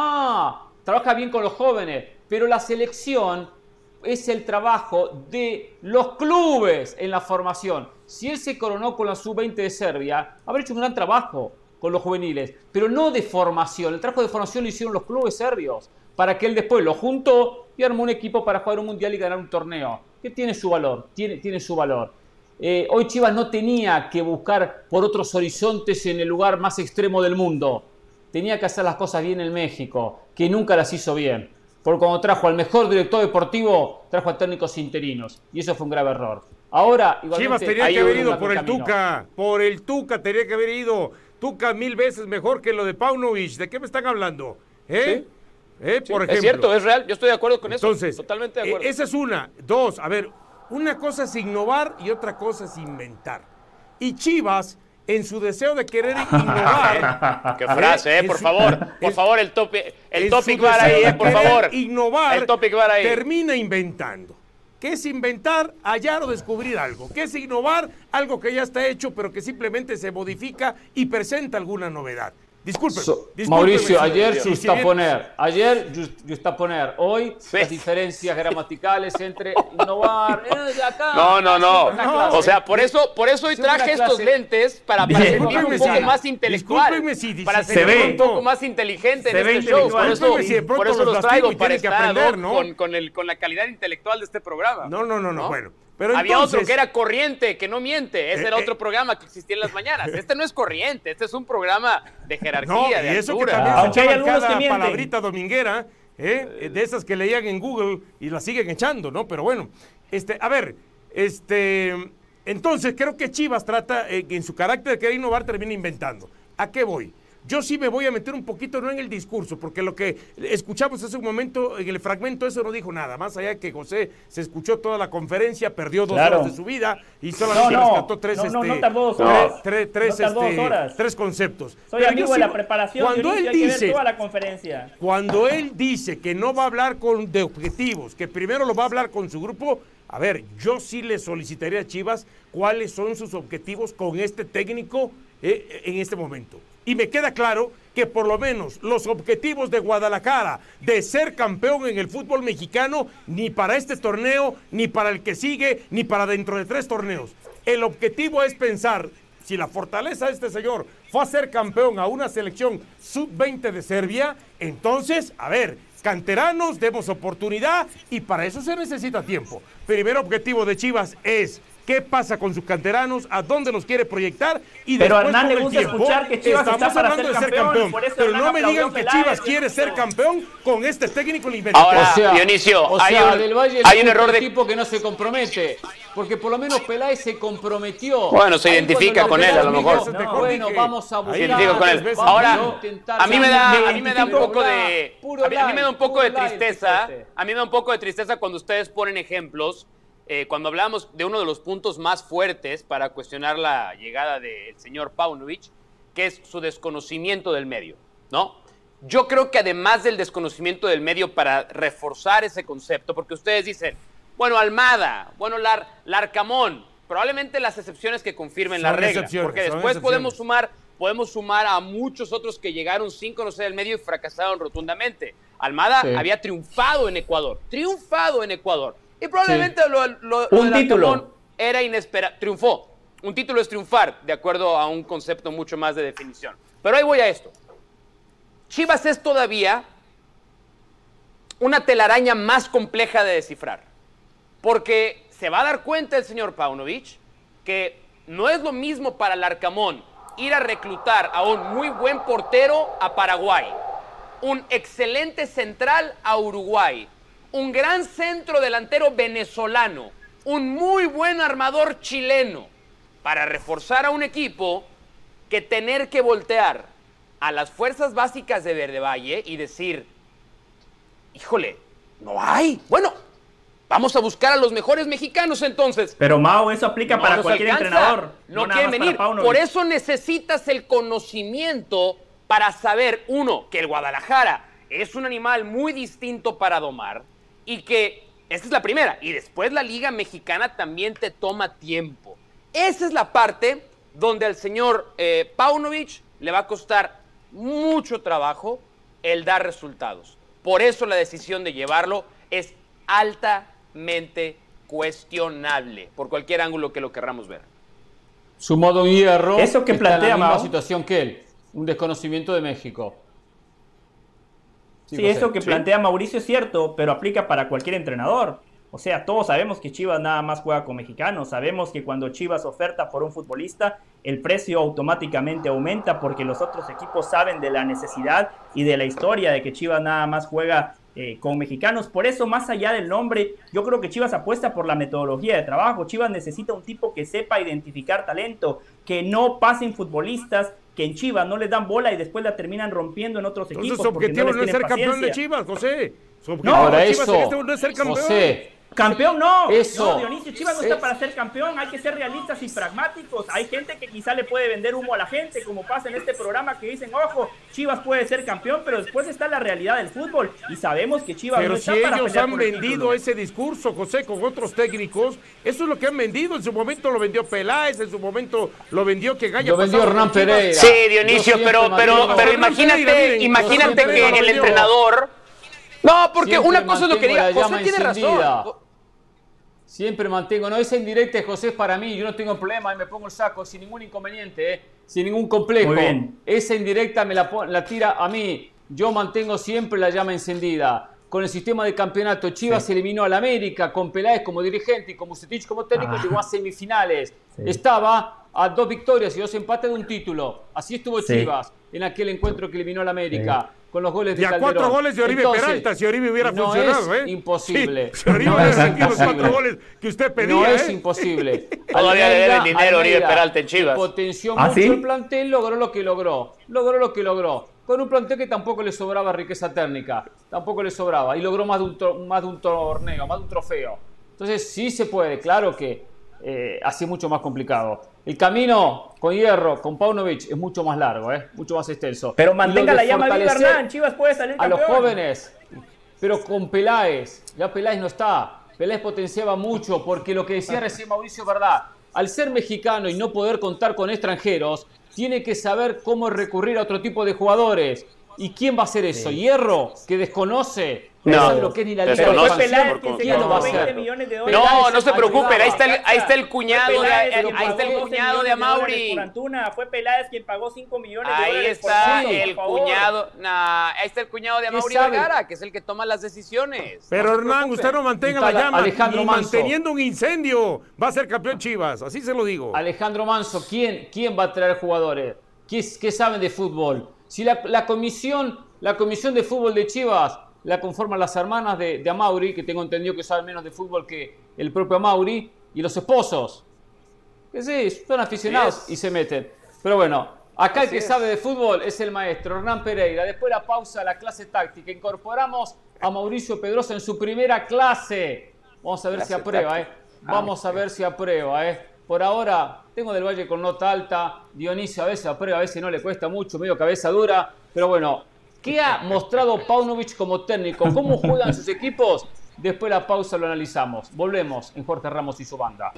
Ah, trabaja bien con los jóvenes, pero la selección es el trabajo de los clubes en la formación. Si él se coronó con la sub veinte de Serbia, habrá hecho un gran trabajo con los juveniles, pero no de formación. El trabajo de formación lo hicieron los clubes serbios, para que él después lo juntó y armó un equipo para jugar un mundial y ganar un torneo, que tiene su valor, tiene, tiene su valor. Eh, hoy Chivas no tenía que buscar por otros horizontes en el lugar más extremo del mundo. Tenía que hacer las cosas bien en México, que nunca las hizo bien. Porque cuando trajo al mejor director deportivo, trajo a técnicos interinos. Y eso fue un grave error. Ahora, igualmente, Chivas tenía hay que haber un ido buen por el camino. Tuca. Por el Tuca tenía que haber ido. Tuca mil veces mejor que lo de Paunovic. ¿De qué me están hablando? ¿Eh? ¿Eh? Por ejemplo. Es cierto, es real. Yo estoy de acuerdo con Entonces, eso. Totalmente de acuerdo. eh, esa es una. Dos, a ver, una cosa es innovar y otra cosa es inventar. Y Chivas, en su deseo de querer innovar... Qué frase, eh, en por su- favor. Por en- favor, el topic, el en topic su va deseo ahí, de eh, por querer favor. innovar, El topic va ahí. termina inventando. ¿Qué es inventar? Hallar o descubrir algo. ¿Qué es innovar? Algo que ya está hecho, pero que simplemente se modifica y presenta alguna novedad. Disculpe. So- Mauricio, ayer justaponer, ayer just- justaponer, hoy Sí. las diferencias gramaticales entre innovar, eh, de acá, No, no, no. siempre una clase. O sea, por eso, por eso hoy Siempre traje una estos clase. lentes para, para Bien. sentirme un Discúlpeme poco si- más intelectual. discúlpeme si- si para se sentirme ve. un poco más inteligente Se en ve este show. Por intelectual. eso, Discúlpeme si de pronto por eso los los lastigo traigo y para tienen que estar aprender, ¿no? ¿no? con, con, el, con la calidad intelectual de este programa. No, no, no, no, ¿No? bueno. Pero Había entonces, otro que era corriente, que no miente. Ese Eh, era eh. otro programa que existía en las mañanas. Este no es corriente, este es un programa de jerarquía, No, y de eso que altura. también Aunque se hay echaban algunos que cada mienten. palabrita dominguera, ¿eh? de esas que leían en Google y las siguen echando, ¿no? Pero bueno, este, a ver, este, entonces creo que Chivas trata, eh, que en su carácter de querer innovar, termina inventando. ¿A qué voy? yo sí me voy a meter un poquito, no en el discurso, porque lo que escuchamos hace un momento, en el fragmento eso no dijo nada, más allá de que José se escuchó toda la conferencia, perdió dos Claro. horas de su vida y solamente No, no, rescató tres, no, no, este, no tardó dos tres, horas. tres, tres, No tardó este, dos horas. tres conceptos. Soy Pero amigo yo de sí- la preparación, cuando Dionisio, él hay que ver dice, toda la conferencia. cuando él dice que no va a hablar con, de objetivos, que primero lo va a hablar con su grupo, a ver, yo sí le solicitaría a Chivas cuáles son sus objetivos con este técnico eh, en este momento. Y me queda claro que por lo menos los objetivos de Guadalajara de ser campeón en el fútbol mexicano, ni para este torneo, ni para el que sigue, ni para dentro de tres torneos. El objetivo es pensar, si la fortaleza de este señor fue a ser campeón a una selección sub veinte de Serbia, entonces, a ver, canteranos, demos oportunidad y para eso se necesita tiempo. Primer objetivo de Chivas es qué pasa con sus canteranos, a dónde los quiere proyectar y Pero a después Hernán con le el gusta tiempo, escuchar que Chivas estamos está para hablando ser de ser campeón, campeón, por eso pero Hernán no me digan aplaudió que Peláez, Chivas quiere ser Dionisio. campeón con este técnico en inventario. Ahora, O sea, Dionisio, o hay sea, un- del Valle hay es un error otro de- tipo que no se compromete, porque por lo menos Peláez se comprometió. Bueno, se Ahí identifica cuando con él, a lo Peláez mejor. dijo, No. bueno, vamos a Ahí buscar. Se identifica con él. veces vamos Ahora, intentar a mí me ser- da, me a mí me da un identifico- poco de, Puro a mí, a mí me da un light, poco de puro light, tristeza. fíjate. A mí me da un poco de tristeza cuando ustedes ponen ejemplos. Eh, cuando hablamos de uno de los puntos más fuertes para cuestionar la llegada del señor Paunovic, que es su desconocimiento del medio, ¿no? Yo creo que además del desconocimiento del medio, para reforzar ese concepto, porque ustedes dicen, bueno, Almada, bueno, Lar, Larcamón, probablemente las excepciones que confirmen la Son regla, excepciones, porque son después podemos excepciones. sumar, podemos sumar a muchos otros que llegaron sin conocer el medio y fracasaron rotundamente. Almada Sí. había triunfado en Ecuador, triunfado en Ecuador, y probablemente lo, lo, lo Un del título. Arcamón era inesperado, triunfó. Un título es triunfar, de acuerdo a un concepto mucho más de definición. Pero ahí voy a esto. Chivas es todavía una telaraña más compleja de descifrar, porque se va a dar cuenta el señor Paunovic que no es lo mismo para el Arcamón ir a reclutar a un muy buen portero a Paraguay, un excelente central a Uruguay, un gran centro delantero venezolano, un muy buen armador chileno, para reforzar a un equipo, que tener que voltear a las fuerzas básicas de Verde Valle y decir, híjole, no hay. Bueno, vamos a buscar a los mejores mexicanos entonces. Pero Mao, eso aplica No para nos cualquier alcanza. entrenador. No, nada quieren más venir. para Paunovic. Por eso necesitas el conocimiento para saber, uno, que el Guadalajara es un animal muy distinto para domar y que esta es la primera. Y después la Liga Mexicana también te toma tiempo. Esa es la parte donde al señor eh, Paunovic le va a costar mucho trabajo el dar resultados. Por eso la decisión de llevarlo es altamente cuestionable, por cualquier ángulo que lo querramos ver. Su modo hierro Eso que está en plantea la misma Mao. situación que él, un desconocimiento de México. Sí, José. eso que Sí. plantea Mauricio es cierto, pero aplica para cualquier entrenador. O sea, todos sabemos que Chivas nada más juega con mexicanos. Sabemos que cuando Chivas oferta por un futbolista, el precio automáticamente aumenta porque los otros equipos saben de la necesidad y de la historia de que Chivas nada más juega eh, con mexicanos. Por eso, más allá del nombre, yo creo que Chivas apuesta por la metodología de trabajo. Chivas necesita un tipo que sepa identificar talento, que no pasen futbolistas que en Chivas no les dan bola y después la terminan rompiendo en otros Entonces equipos. su porque objetivo les no es tienen ser campeón de paciencia. Chivas, José. Su objetivo No, Ahora de Chivas eso, en este momento no es ser campeón. José, Campeón no, Eso. no, Dionisio, Chivas no Es- está para ser campeón, hay que ser realistas y pragmáticos. Hay gente que quizá le puede vender humo a la gente, como pasa en este programa, que dicen, ojo, Chivas puede ser campeón, pero después está la realidad del fútbol y sabemos que Chivas Pero no si está para ellos pelear han por el vendido título. ese discurso, José, con otros técnicos, eso es lo que han vendido. En su momento lo vendió Peláez, en su momento lo vendió que Gaya Lo vendió pasado Hernán con Chivas. Pereira. Sí, Yo Dionisio, siempre pero, mantengo- pero, pero Hernán imagínate, Pereira, miren, imagínate Hernán Pereira que lo el vendió. entrenador... No, porque Siempre una cosa es lo que mantengo diga, la llama José tiene encendida. razón. Siempre mantengo, no, esa indirecta de José es para mí, yo no tengo problema y me pongo el saco sin ningún inconveniente, ¿eh? Sin ningún complejo. Muy bien. Esa indirecta me la, pon- la tira a mí, yo mantengo siempre la llama encendida. Con el sistema de campeonato, Chivas Sí. eliminó al América con Peláez como dirigente y con Vucetich como técnico, Ah. llegó a semifinales. Sí. Estaba a dos victorias y dos empates de un título. Así estuvo Sí. Chivas en aquel encuentro que eliminó al América. con los goles de y a Calderón. cuatro goles de Oribe Entonces, Peralta, si Oribe hubiera no funcionado, es ¿eh? imposible. Sí, si Oribe no hubiera es metido los cuatro imposible. goles que usted pedía, No es ¿eh? imposible. Todavía le deben dinero a Oribe Almeida, Peralta en Chivas. Potenció ¿Ah, mucho sí? el plantel, logró lo que logró. Logró lo que logró. Con un plantel que tampoco le sobraba riqueza técnica. Tampoco le sobraba. Y logró más de un, to- más de un torneo, más de un trofeo. Entonces sí se puede. Claro que eh, así es mucho más complicado. El camino con Hierro, con Paunovic, es mucho más largo, ¿eh? Mucho más extenso. Pero Y lo mantenga de la llama viva, fortalecer Hernán. Chivas puede salir a campeón. los jóvenes, pero con Peláez, ya Peláez no está. Peláez potenciaba mucho, porque lo que decía recién Mauricio, verdad, al ser mexicano y no poder contar con extranjeros, tiene que saber cómo recurrir a otro tipo de jugadores. ¿Y quién va a hacer eso? ¿Hierro? Que desconoce, no, No, sabe lo que es ni la pero Liga de no, Expansión. Peláez quien se ¿Quién lo va a gastó veinte hacer? millones de dólares. No, no se Peláez preocupen, ahí está el, ayudaba. ahí está el cuñado Fue de, Peláez ahí quien está pagó el doce cuñado de millones dólares Amauri. por Antuna. Fue Peláez quien pagó cinco millones de Ahí dólares por está Mozo, el por favor. cuñado, nah, ahí está el cuñado de ¿Qué Amauri sabe? Vergara, que es el que toma las decisiones. Pero No se Hernán, preocupen. usted no mantenga Está la llama. Alejandro Ni Manso. manteniendo un incendio va a ser campeón Chivas. Así se lo digo. Alejandro Manso, ¿quién, quién va a traer jugadores? ¿Qué, qué saben de fútbol? Si la, la comisión, la comisión de fútbol de Chivas la conforman las hermanas de, de Amauri, que tengo entendido que saben menos de fútbol que el propio Amauri, y los esposos, que sí, son aficionados Yes. y se meten. Pero bueno, acá el Así que es. sabe de fútbol es el maestro Hernán Pereira. Después de la pausa, la clase táctica. Incorporamos a Mauricio Pedrosa en su primera clase. Vamos a ver Clase si aprueba, táctica. ¿eh? Vamos a ver si aprueba, ¿eh? Por ahora, tengo del Valle con nota alta. Dionisio a veces aprueba, a veces no le cuesta mucho, medio cabeza dura. Pero bueno, ¿qué ha mostrado Paunovic como técnico? ¿Cómo juegan sus equipos? Después de la pausa lo analizamos. Volvemos en Jorge Ramos y su banda.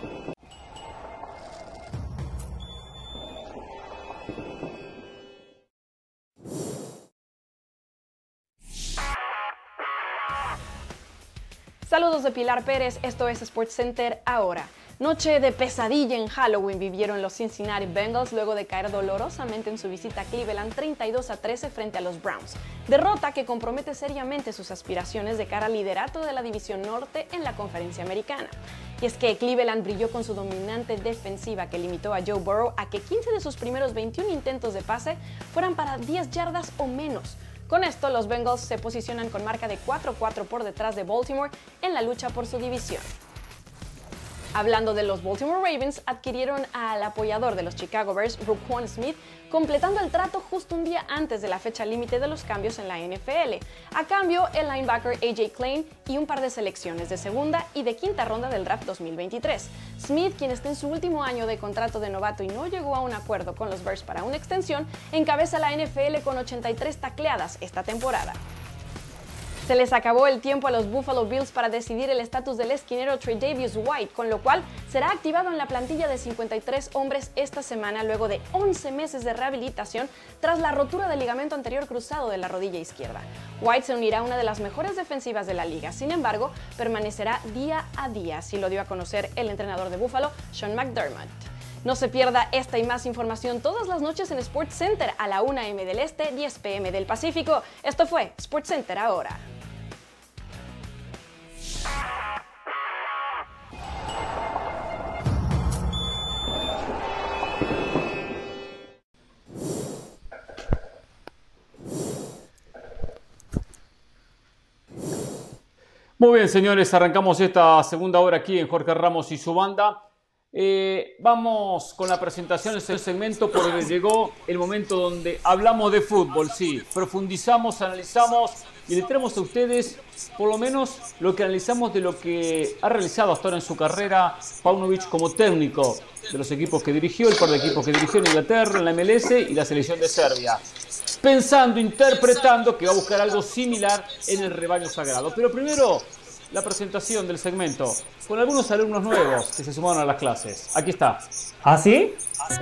Saludos de Pilar Pérez, esto es SportsCenter ahora. Noche de pesadilla en Halloween vivieron los Cincinnati Bengals luego de caer dolorosamente en su visita a Cleveland treinta y dos a trece frente a los Browns. Derrota que compromete seriamente sus aspiraciones de cara al liderato de la División Norte en la Conferencia Americana. Y es que Cleveland brilló con su dominante defensiva que limitó a Joe Burrow a que quince de sus primeros veintiún intentos de pase fueran para diez yardas o menos. Con esto, los Bengals se posicionan con marca de cuatro a cuatro por detrás de Baltimore en la lucha por su división. Hablando de los Baltimore Ravens, adquirieron al apoyador de los Chicago Bears, Roquan Smith, completando el trato justo un día antes de la fecha límite de los cambios en la N F L. A cambio, el linebacker A J Klein y un par de selecciones de segunda y de quinta ronda del draft dos mil veintitrés. Smith, quien está en su último año de contrato de novato y no llegó a un acuerdo con los Bears para una extensión, encabeza la N F L con ochenta y tres tacleadas esta temporada. Se les acabó el tiempo a los Buffalo Bills para decidir el estatus del esquinero Tre'Davious White, con lo cual será activado en la plantilla de cincuenta y tres hombres esta semana luego de once meses de rehabilitación tras la rotura del ligamento anterior cruzado de la rodilla izquierda. White se unirá a una de las mejores defensivas de la liga, sin embargo, permanecerá día a día, así lo dio a conocer el entrenador de Buffalo, Sean McDermott. No se pierda esta y más información todas las noches en SportsCenter a la una eme del Este, diez pe eme del Pacífico. Esto fue SportsCenter ahora. Muy bien, señores, arrancamos esta segunda hora aquí en Jorge Ramos y su banda. Eh, vamos con la presentación del segmento porque llegó el momento donde hablamos de fútbol, sí, profundizamos, analizamos y le traemos a ustedes por lo menos lo que analizamos de lo que ha realizado hasta ahora en su carrera Paunovic como técnico de los equipos que dirigió, el par de equipos que dirigió en Inglaterra, en la eme ele ese y la selección de Serbia. Pensando, interpretando que va a buscar algo similar en el rebaño sagrado. Pero primero, la presentación del segmento con algunos alumnos nuevos que se sumaron a las clases. Aquí está. ¿Ah, sí?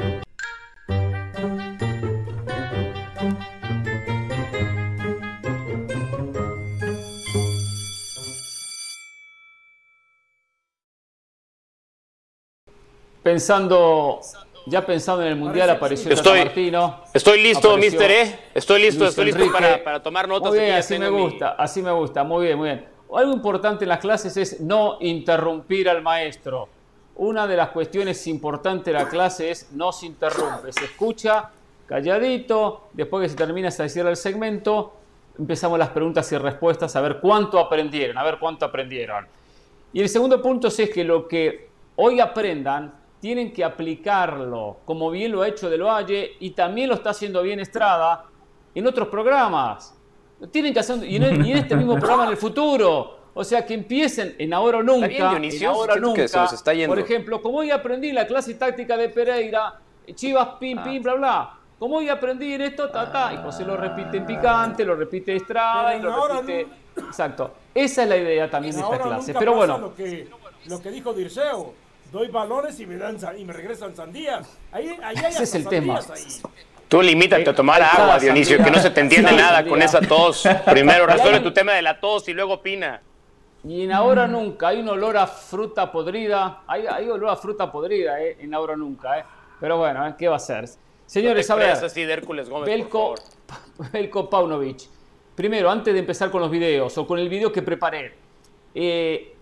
Pensando, ya pensando en el Mundial, apareció Estoy- Tata Martino. Estoy listo, Apareció mister, ¿eh? Estoy listo, Luis estoy listo Enrique. para, para tomar notas. Muy aquí bien, ya así me tengo mi- gusta, así me gusta, muy bien, muy bien. Algo importante en las clases es no interrumpir al maestro. Una de las cuestiones importantes de la clase es no se interrumpe, se escucha calladito, después que se termina, se cierra el segmento, empezamos las preguntas y respuestas, a ver cuánto aprendieron, a ver cuánto aprendieron. Y el segundo punto es que lo que hoy aprendan, tienen que aplicarlo, como bien lo ha hecho Del Valle y también lo está haciendo bien Estrada en otros programas. Tienen que hacer, y en, y en este mismo programa en el futuro. O sea, que empiecen en Ahora o Nunca, bien, Dionisio, en Ahora o Nunca. Se nos está yendo. Por ejemplo, como hoy aprendí en la clase táctica de Pereira, Chivas, pim, Ah. pim, bla, bla. Como hoy aprendí en esto, ta, ta. Y José lo repite en Picante, lo repite Estrada, y Pero lo ahora repite... Exacto. Esa es la idea también de esta Ahora clase. nunca Pero pasa bueno, Lo que, lo que dijo Dirceo, doy balones y me, dan, sa- y me regresan sandías. Ahí, ahí hay Ese es hasta el tema. sandías ahí. Tú limítate a tomar Ahí está agua, la Dionisio, sandía. que no se te entiende Ahí está la nada con sandía. esa tos. Primero resuelve Ahí- tu tema de la tos y luego opina. y en Ahora o Nunca hay un olor a fruta podrida. Hay, hay olor a fruta podrida, eh, en Ahora o Nunca, eh. Pero bueno, eh, ¿qué va a hacer? Señores, no a te ver. creas así de Hércules Gómez, Belko, por favor. Belko Paunovic. Primero, antes de empezar con los videos o con el video que preparé, eh,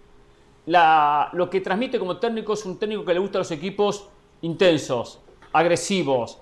la, lo que transmite como técnico es un técnico que le gusta a los equipos intensos, agresivos.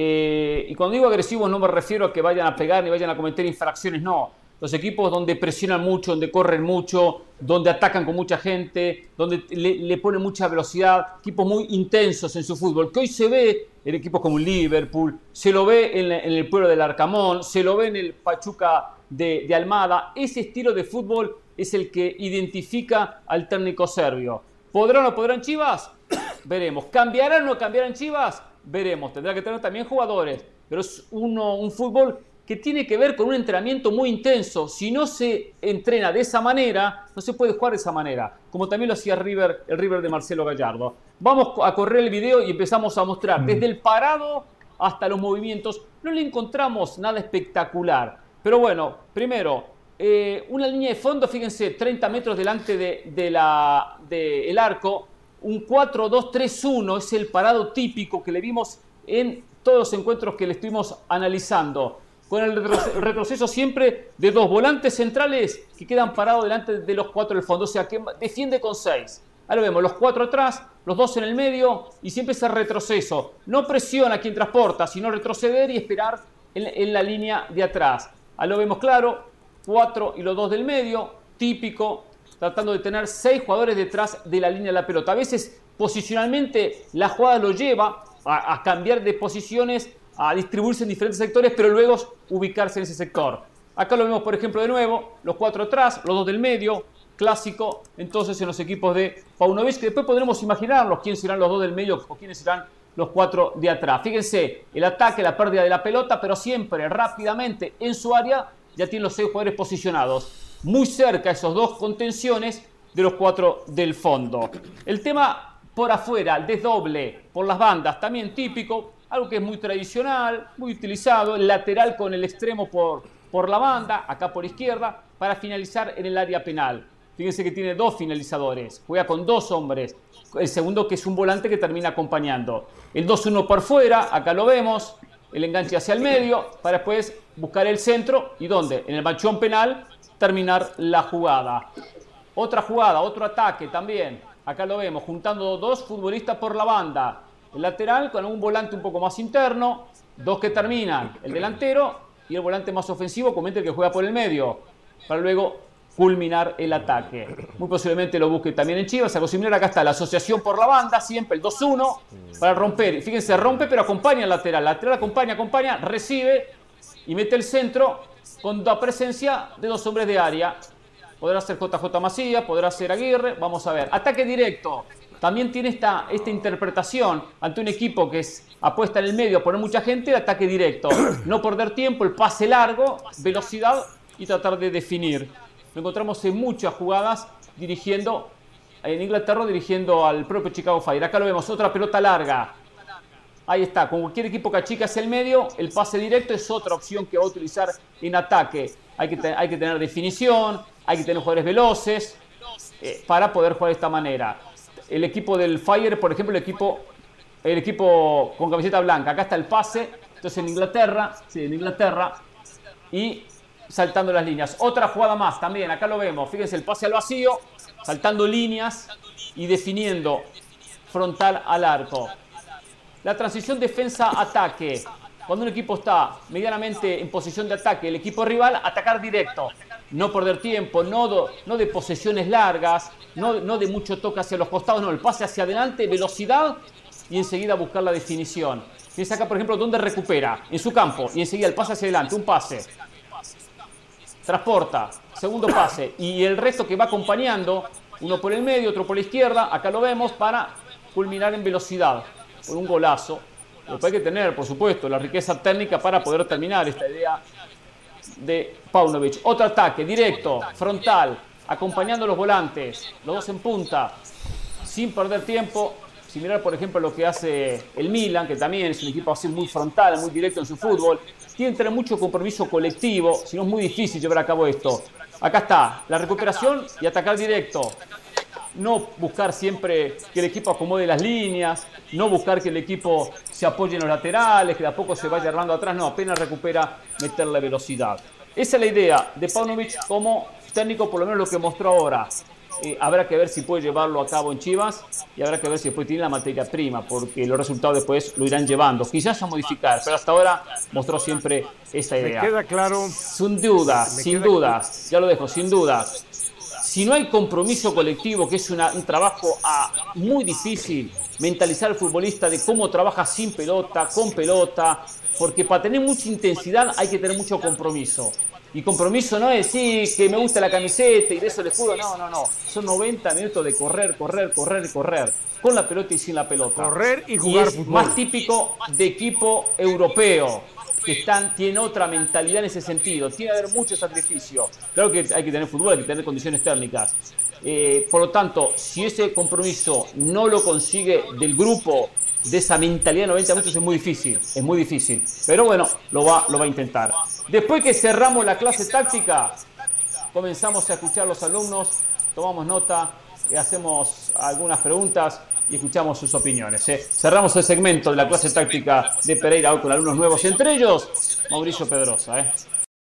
Eh, y cuando digo agresivos no me refiero a que vayan a pegar ni vayan a cometer infracciones, no. Los equipos donde presionan mucho, donde corren mucho, donde atacan con mucha gente, donde le, le ponen mucha velocidad, equipos muy intensos en su fútbol, que hoy se ve en equipos como el Liverpool, se lo ve en, la, en el Pueblo del Arcamón, se lo ve en el Pachuca de, de Almada. Ese estilo de fútbol es el que identifica al técnico serbio. ¿Podrán o no podrán Chivas? Veremos. ¿Cambiarán o no cambiarán Chivas? Veremos. Tendrá que tener también jugadores, pero es uno, un fútbol que tiene que ver con un entrenamiento muy intenso. Si no se entrena de esa manera, no se puede jugar de esa manera, como también lo hacía River, el River de Marcelo Gallardo. Vamos a correr el video y empezamos a mostrar desde el parado hasta los movimientos. No le encontramos nada espectacular, pero bueno, primero, eh, una línea de fondo, fíjense, treinta metros delante de, de la, de el arco, un cuatro dos tres uno, es el parado típico que le vimos en todos los encuentros que le estuvimos analizando, con el retroceso siempre de dos volantes centrales que quedan parados delante de los cuatro del fondo, o sea que defiende con seis. Ahora vemos los cuatro atrás, los dos en el medio y siempre ese retroceso. No presiona a quien transporta, sino retroceder y esperar en, en la línea de atrás. Ahí lo vemos claro, cuatro y los dos del medio, típico, tratando de tener seis jugadores detrás de la línea de la pelota. A veces posicionalmente la jugada lo lleva a, a cambiar de posiciones, a distribuirse en diferentes sectores, pero luego ubicarse en ese sector. Acá lo vemos, por ejemplo, de nuevo, los cuatro atrás, los dos del medio, clásico, entonces en los equipos de Paunovic, que después podremos imaginarlos, quiénes serán los dos del medio o quiénes serán los cuatro de atrás. Fíjense, el ataque, la pérdida de la pelota, pero siempre rápidamente en su área ya tienen los seis jugadores posicionados, muy cerca esos dos contenciones de los cuatro del fondo. El tema por afuera, el desdoble por las bandas, también típico, algo que es muy tradicional, muy utilizado, el lateral con el extremo por, por la banda, acá por izquierda, para finalizar en el área penal. Fíjense que tiene dos finalizadores, juega con dos hombres, el segundo que es un volante que termina acompañando. El dos uno por fuera, acá lo vemos, el enganche hacia el medio, para después buscar el centro, ¿y dónde? En el manchón penal, terminar la jugada. Otra jugada, otro ataque también, acá lo vemos, juntando dos futbolistas por la banda. El lateral con un volante un poco más interno, dos que terminan, el delantero y el volante más ofensivo, comenta el que juega por el medio, para luego culminar el ataque. Muy posiblemente lo busque también en Chivas, algo similar. Acá está la asociación por la banda, siempre el dos uno para romper. Fíjense, rompe pero acompaña al lateral. El lateral acompaña, acompaña, recibe y mete el centro con la presencia de dos hombres de área. Podrá ser J J Macías, podrá ser Aguirre, vamos a ver. Ataque directo. También tiene esta, esta interpretación ante un equipo que es, apuesta en el medio a poner mucha gente, el ataque directo. No perder tiempo, el pase largo, velocidad y tratar de definir. Lo encontramos en muchas jugadas dirigiendo, en Inglaterra dirigiendo al propio Chicago Fire. Acá lo vemos, otra pelota larga. Ahí está, con cualquier equipo que achica hacia el medio, el pase directo es otra opción que va a utilizar en ataque. Hay que, te, hay que tener definición, hay que tener jugadores veloces eh, para poder jugar de esta manera. El equipo del Fire, por ejemplo, el equipo, el equipo con camiseta blanca. Acá está el pase, entonces en Inglaterra, sí, en Inglaterra, y saltando las líneas. Otra jugada más también, acá lo vemos. Fíjense, el pase al vacío, saltando líneas y definiendo frontal al arco. La transición defensa-ataque. cuando un equipo está medianamente en posición de ataque, el equipo rival, atacar directo. No perder tiempo, no, do, no de posesiones largas, no, no de mucho toque hacia los costados, no, el pase hacia adelante, velocidad y enseguida buscar la definición. Piensa acá, por ejemplo, dónde recupera, en su campo, y enseguida el pase hacia adelante, un pase. Transporta, segundo pase, y el resto que va acompañando, uno por el medio, otro por la izquierda, acá lo vemos, para culminar en velocidad, por un golazo. Después hay que tener, por supuesto, la riqueza técnica para poder terminar esta idea de Paunovic. Otro ataque, directo, frontal, acompañando a los volantes, los dos en punta, sin perder tiempo. Similar, por ejemplo, a lo que hace el Milan, que también es un equipo así muy frontal, muy directo en su fútbol. Tiene que tener mucho compromiso colectivo, si no es muy difícil llevar a cabo esto. Acá está, la recuperación y atacar directo. No buscar siempre que el equipo acomode las líneas, no buscar que el equipo se apoye en los laterales, que de a poco se vaya armando atrás, no, apenas recupera, meterle velocidad. Esa es la idea de Paunovic como técnico, por lo menos lo que mostró ahora. Eh, habrá que ver si puede llevarlo a cabo en Chivas y habrá que ver si después tiene la materia prima, porque los resultados después lo irán llevando, quizás a modificar, pero hasta ahora mostró siempre esa idea. Me queda claro. Sin duda, sin dudas, ya lo dejo, sin dudas. Si no hay compromiso colectivo, que es una, un trabajo ah, muy difícil, mentalizar al futbolista de cómo trabaja sin pelota, con pelota, porque para tener mucha intensidad hay que tener mucho compromiso. Y compromiso no es decir que me gusta la camiseta y de eso el escudo, no, no, no. Son noventa minutos de correr, correr, correr y correr, con la pelota y sin la pelota. Correr y jugar y es fútbol. Más típico de equipo europeo, que están, tiene otra mentalidad en ese sentido. Tiene que haber mucho sacrificio. Claro que hay que tener fútbol, hay que tener condiciones técnicas. Eh, por lo tanto, si ese compromiso no lo consigue del grupo, de esa mentalidad de noventa minutos, es muy difícil, es muy difícil. Pero bueno, lo va, lo va a intentar. Después que cerramos la clase táctica, comenzamos a escuchar a los alumnos, tomamos nota, eh, hacemos algunas preguntas y escuchamos sus opiniones. Eh. Cerramos el segmento de la clase táctica de Pereira hoy con alumnos nuevos, entre ellos Mauricio Pedrosa. Eh.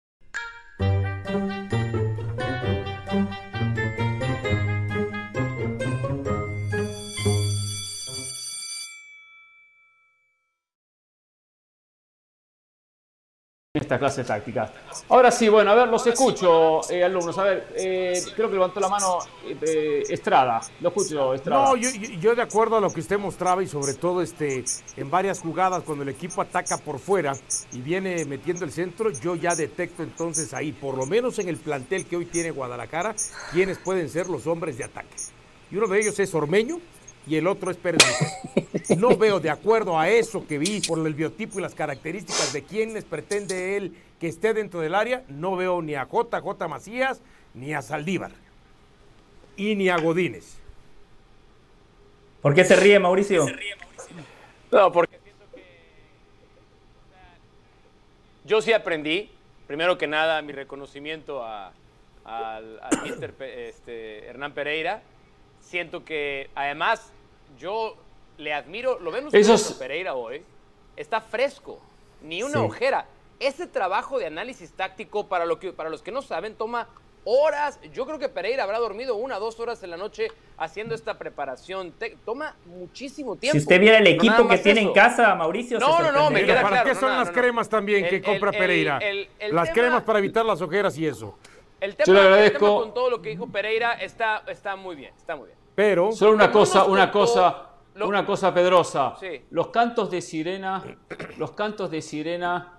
Esta clase táctica. Ahora sí, bueno, a ver, los escucho, eh, alumnos. A ver, eh, creo que levantó la mano eh, Estrada. Lo escucho, Estrada. No, yo, yo de acuerdo a lo que usted mostraba y sobre todo este, en varias jugadas cuando el equipo ataca por fuera y viene metiendo el centro, yo ya detecto entonces ahí, por lo menos en el plantel que hoy tiene Guadalajara, quiénes pueden ser los hombres de ataque. Y uno de ellos es Ormeño y el otro es Pérez Buquet. No veo, de acuerdo a eso que vi por el biotipo y las características de quienes pretende él que esté dentro del área, no veo ni a J J Macías, ni a Saldívar, y ni a Godínez. ¿Por qué se ríe, Mauricio? Se ríe, Mauricio. No, porque siento que... O sea, yo sí aprendí, primero que nada, mi reconocimiento a, a, al mister este, Hernán Pereira. Siento que, además, yo le admiro, lo ven ustedes Esos... a Pereira hoy, está fresco, ni una sí. ojera. Ese trabajo de análisis táctico, para, lo que, para los que no saben, toma horas. Yo creo que Pereira habrá dormido una o dos horas en la noche haciendo esta preparación. Te, toma muchísimo tiempo. Si usted viera el equipo no que tiene eso. en casa, Mauricio, no, se no, no, me queda ¿Para claro. qué son no, las no, no. cremas también que el, compra el, Pereira? El, el, el las tema, cremas para evitar las ojeras y eso. El Yo le tema, agradezco. el tema con todo lo que dijo Pereira está, está muy bien, está muy bien. Pero Solo una no cosa, nos una contó cosa, lo- una cosa, Pedrosa. Sí. Los cantos de sirena, los cantos de sirena,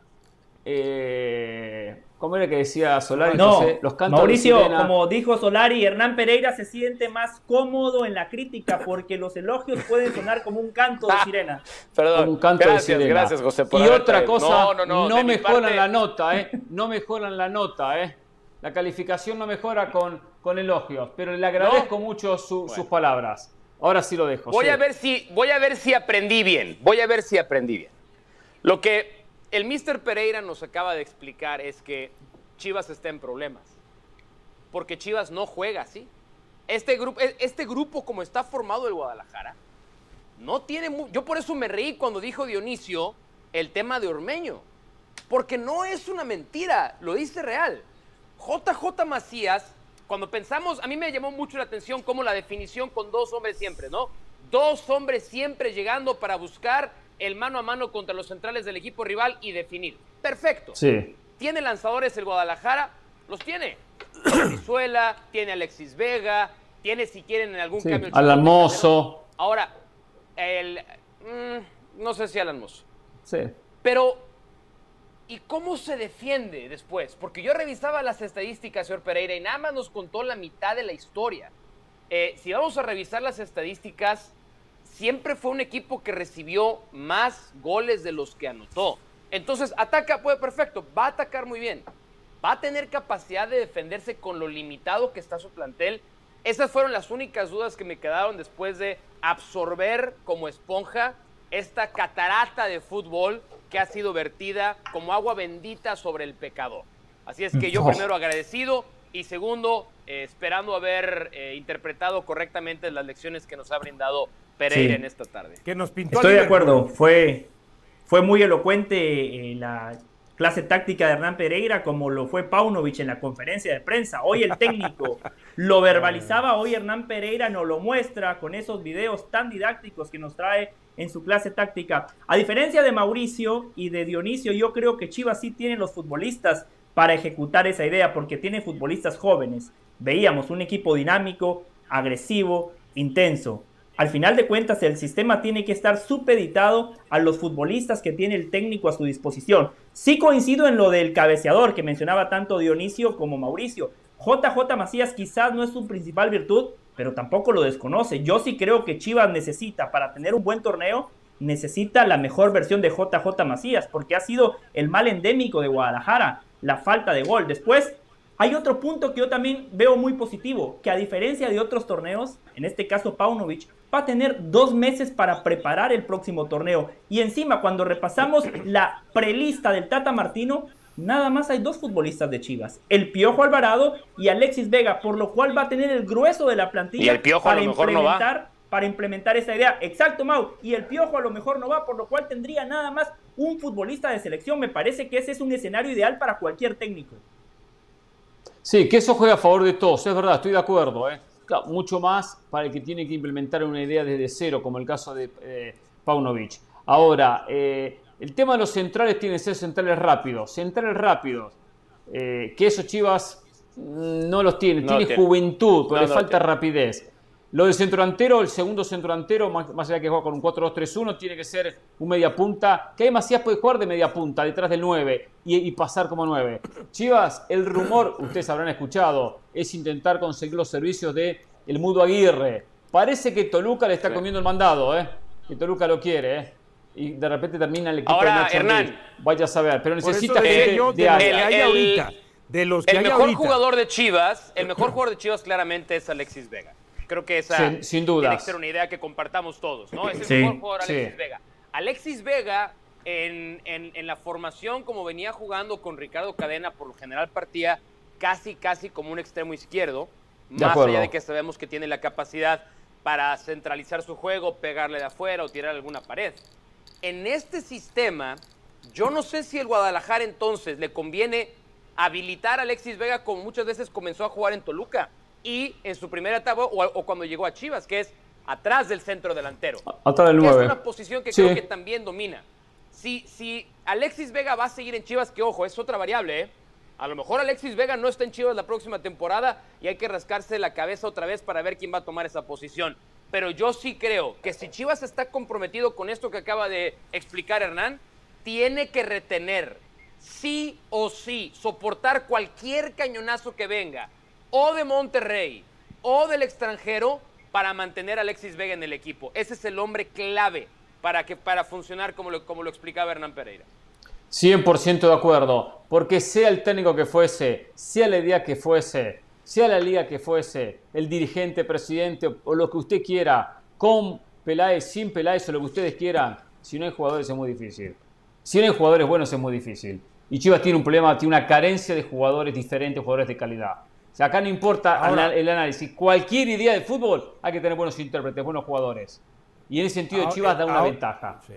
eh, ¿cómo era que decía Solari? No, sé, los cantos Mauricio, de sirena, como dijo Solari, Hernán Pereira se siente más cómodo en la crítica porque los elogios pueden sonar como un canto de sirena. Perdón. como un canto gracias, de sirena. gracias, José, por y haber otra traído. cosa, No, no, no, no de mi mejoran parte- la nota, ¿eh? No mejoran la nota, ¿eh? La calificación no mejora con, con elogios, pero le agradezco mucho su- sus palabras. Ahora sí lo dejo. Voy sí. a ver si, voy a ver si aprendí bien. Voy a ver si aprendí bien. Lo que el mister Pereira nos acaba de explicar es que Chivas está en problemas. Porque Chivas no juega así. Este grupo, este grupo como está formado el Guadalajara, no tiene mu- yo por eso me reí cuando dijo Dionisio el tema de Ormeño. Porque no es una mentira, lo dice real. J J Macías, cuando pensamos, a mí me llamó mucho la atención como la definición con dos hombres siempre, ¿no? Dos hombres siempre llegando para buscar el mano a mano contra los centrales del equipo rival y definir. Perfecto. Sí. ¿Tiene lanzadores el Guadalajara? Los tiene. Venezuela, tiene Alexis Vega, tiene si quieren en algún Sí. cambio. Alan Mozo. Ahora, el, mmm, no sé si Alan Mozo. Sí. Pero, ¿y cómo se defiende después? Porque yo revisaba las estadísticas, señor Pereira, y nada más nos contó la mitad de la historia. Eh, si vamos a revisar las estadísticas, siempre fue un equipo que recibió más goles de los que anotó. Entonces, ataca, pues perfecto, va a atacar muy bien. Va a tener capacidad de defenderse con lo limitado que está su plantel. Esas fueron las únicas dudas que me quedaron después de absorber como esponja esta catarata de fútbol que ha sido vertida como agua bendita sobre el pecador. Así es que yo Oh. primero agradecido y segundo, eh, esperando haber eh, interpretado correctamente las lecciones que nos ha brindado Pereira Sí. en esta tarde. Que nos pintó a Estoy de Liverpool. acuerdo, fue, fue muy elocuente eh, la clase táctica de Hernán Pereira, como lo fue Paunovic en la conferencia de prensa. Hoy el técnico lo verbalizaba, hoy Hernán Pereira nos lo muestra con esos videos tan didácticos que nos trae en su clase táctica. A diferencia de Mauricio y de Dionisio, yo creo que Chivas sí tiene los futbolistas para ejecutar esa idea, porque tiene futbolistas jóvenes. Veíamos un equipo dinámico, agresivo, intenso. Al final de cuentas, el sistema tiene que estar supeditado a los futbolistas que tiene el técnico a su disposición. Sí coincido en lo del cabeceador que mencionaba tanto Dionisio como Mauricio. J J Macías quizás no es su principal virtud, pero tampoco lo desconoce. Yo sí creo que Chivas necesita, para tener un buen torneo, necesita la mejor versión de J J Macías, porque ha sido el mal endémico de Guadalajara, la falta de gol. Después, hay otro punto que yo también veo muy positivo, que a diferencia de otros torneos, en este caso Paunovic, va a tener dos meses para preparar el próximo torneo. Y encima, cuando repasamos la prelista del Tata Martino, nada más hay dos futbolistas de Chivas, el Piojo Alvarado y Alexis Vega, por lo cual va a tener el grueso de la plantilla Y el Piojo a para lo mejor no va. implementar, para implementar esa idea. Exacto, Mau. Y el Piojo a lo mejor no va, por lo cual tendría nada más un futbolista de selección. Me parece que ese es un escenario ideal para cualquier técnico. Sí, que eso juega a favor de todos, es verdad, estoy de acuerdo. ¿eh? Claro, mucho más para el que tiene que implementar una idea desde cero, como el caso de eh, Paunovic. Ahora, eh, el tema de los centrales tiene que ser centrales rápidos. Centrales rápidos, eh, que esos Chivas mm, no los tiene. No tiene tiene. juventud, pero No, le no falta tiene. rapidez. Lo del centrodelantero, el segundo centrodelantero, más, más allá que juega con un cuatro dos tres uno, tiene que ser un media punta. Que Macías puede jugar de media punta, detrás del nueve, y, y pasar como nueve. Chivas, el rumor, ustedes habrán escuchado, es intentar conseguir los servicios de el Mudo Aguirre. Parece que Toluca le está Sí. comiendo el mandado, ¿eh? Que Toluca lo quiere, ¿eh? Y de repente termina el equipo Ahora, de Nacho Hernán. Ambriz. Vaya a saber, pero Por eso necesita decía gente yo, de de los que área. hay El- ahorita. De los que El hay mejor ahorita. jugador de Chivas, el mejor jugador de Chivas claramente es Alexis Vega. Creo que esa Sin- sin dudas. tiene que ser una idea que compartamos todos, ¿no? Es el Sí, mejor jugador Alexis sí. Vega. Alexis Vega, en, en- en la formación como venía jugando con Ricardo Cadena, por lo general partía casi, casi como un extremo izquierdo, De más acuerdo. allá de que sabemos que tiene la capacidad para centralizar su juego, pegarle de afuera o tirar alguna pared. En este sistema, yo no sé si el Guadalajara entonces le conviene habilitar a Alexis Vega como muchas veces comenzó a jugar en Toluca y en su primera etapa o, o cuando llegó a Chivas, que es atrás del centro delantero. Atrás del Que es nueve. una posición que Sí. creo que también domina. Si, si Alexis Vega va a seguir en Chivas, que ojo, es otra variable, ¿eh? A lo mejor Alexis Vega no está en Chivas la próxima temporada y hay que rascarse la cabeza otra vez para ver quién va a tomar esa posición. Pero yo sí creo que si Chivas está comprometido con esto que acaba de explicar Hernán, tiene que retener, sí o sí, soportar cualquier cañonazo que venga, o de Monterrey, o del extranjero, para mantener a Alexis Vega en el equipo. Ese es el hombre clave para, que, para funcionar como lo, como lo explicaba Hernán Pereira. cien por ciento de acuerdo, porque sea el técnico que fuese, sea la idea que fuese, sea la liga que fuese, el dirigente, presidente o, o lo que usted quiera, con Peláez, sin Peláez o lo que ustedes quieran, si no hay jugadores es muy difícil. Si no hay jugadores buenos es muy difícil. Y Chivas tiene un problema, tiene una carencia de jugadores diferentes, jugadores de calidad. O sea, acá no importa Ahora, ana- el análisis, cualquier idea de fútbol hay que tener buenos intérpretes, buenos jugadores. Y en ese sentido Ahora- Chivas da una ahora- ventaja. Sí.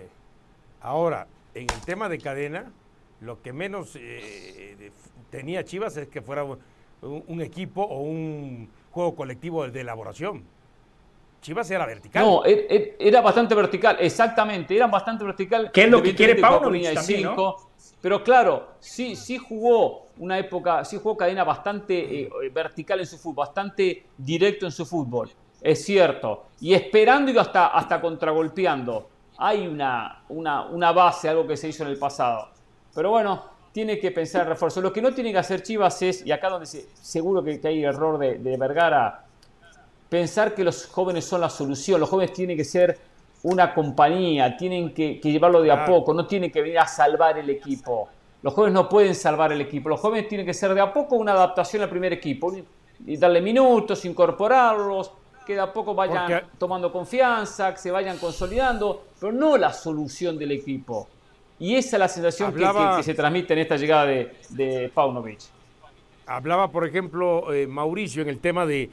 Ahora, en el tema de cadena, lo que menos eh, de- tenía Chivas es que fuera un, un equipo o un juego colectivo de elaboración. Chivas era vertical. No, era bastante vertical, exactamente, era bastante vertical. ¿Qué es lo que quiere Paunovic también, ¿no? Pero claro, sí, sí jugó una época, sí jugó Cadena bastante eh, vertical en su fútbol, bastante directo en su fútbol, es cierto. Y esperando y hasta, hasta contragolpeando. Hay una, una, una base, algo que se hizo en el pasado. Pero bueno, tiene que pensar en refuerzo. Lo que no tiene que hacer Chivas es, y acá donde se, seguro que, que hay error de, de Vergara, pensar que los jóvenes son la solución. Los jóvenes tienen que ser una compañía, tienen que, que llevarlo de a poco, no tienen que venir a salvar el equipo. Los jóvenes no pueden salvar el equipo. Los jóvenes tienen que ser de a poco una adaptación al primer equipo y darle minutos, incorporarlos, que de a poco vayan Porque... tomando confianza, que se vayan consolidando, pero no la solución del equipo. Y esa es la sensación Hablaba... que, que, que se transmite en esta llegada de, de Paunovic. Hablaba, por ejemplo, eh, Mauricio en el tema de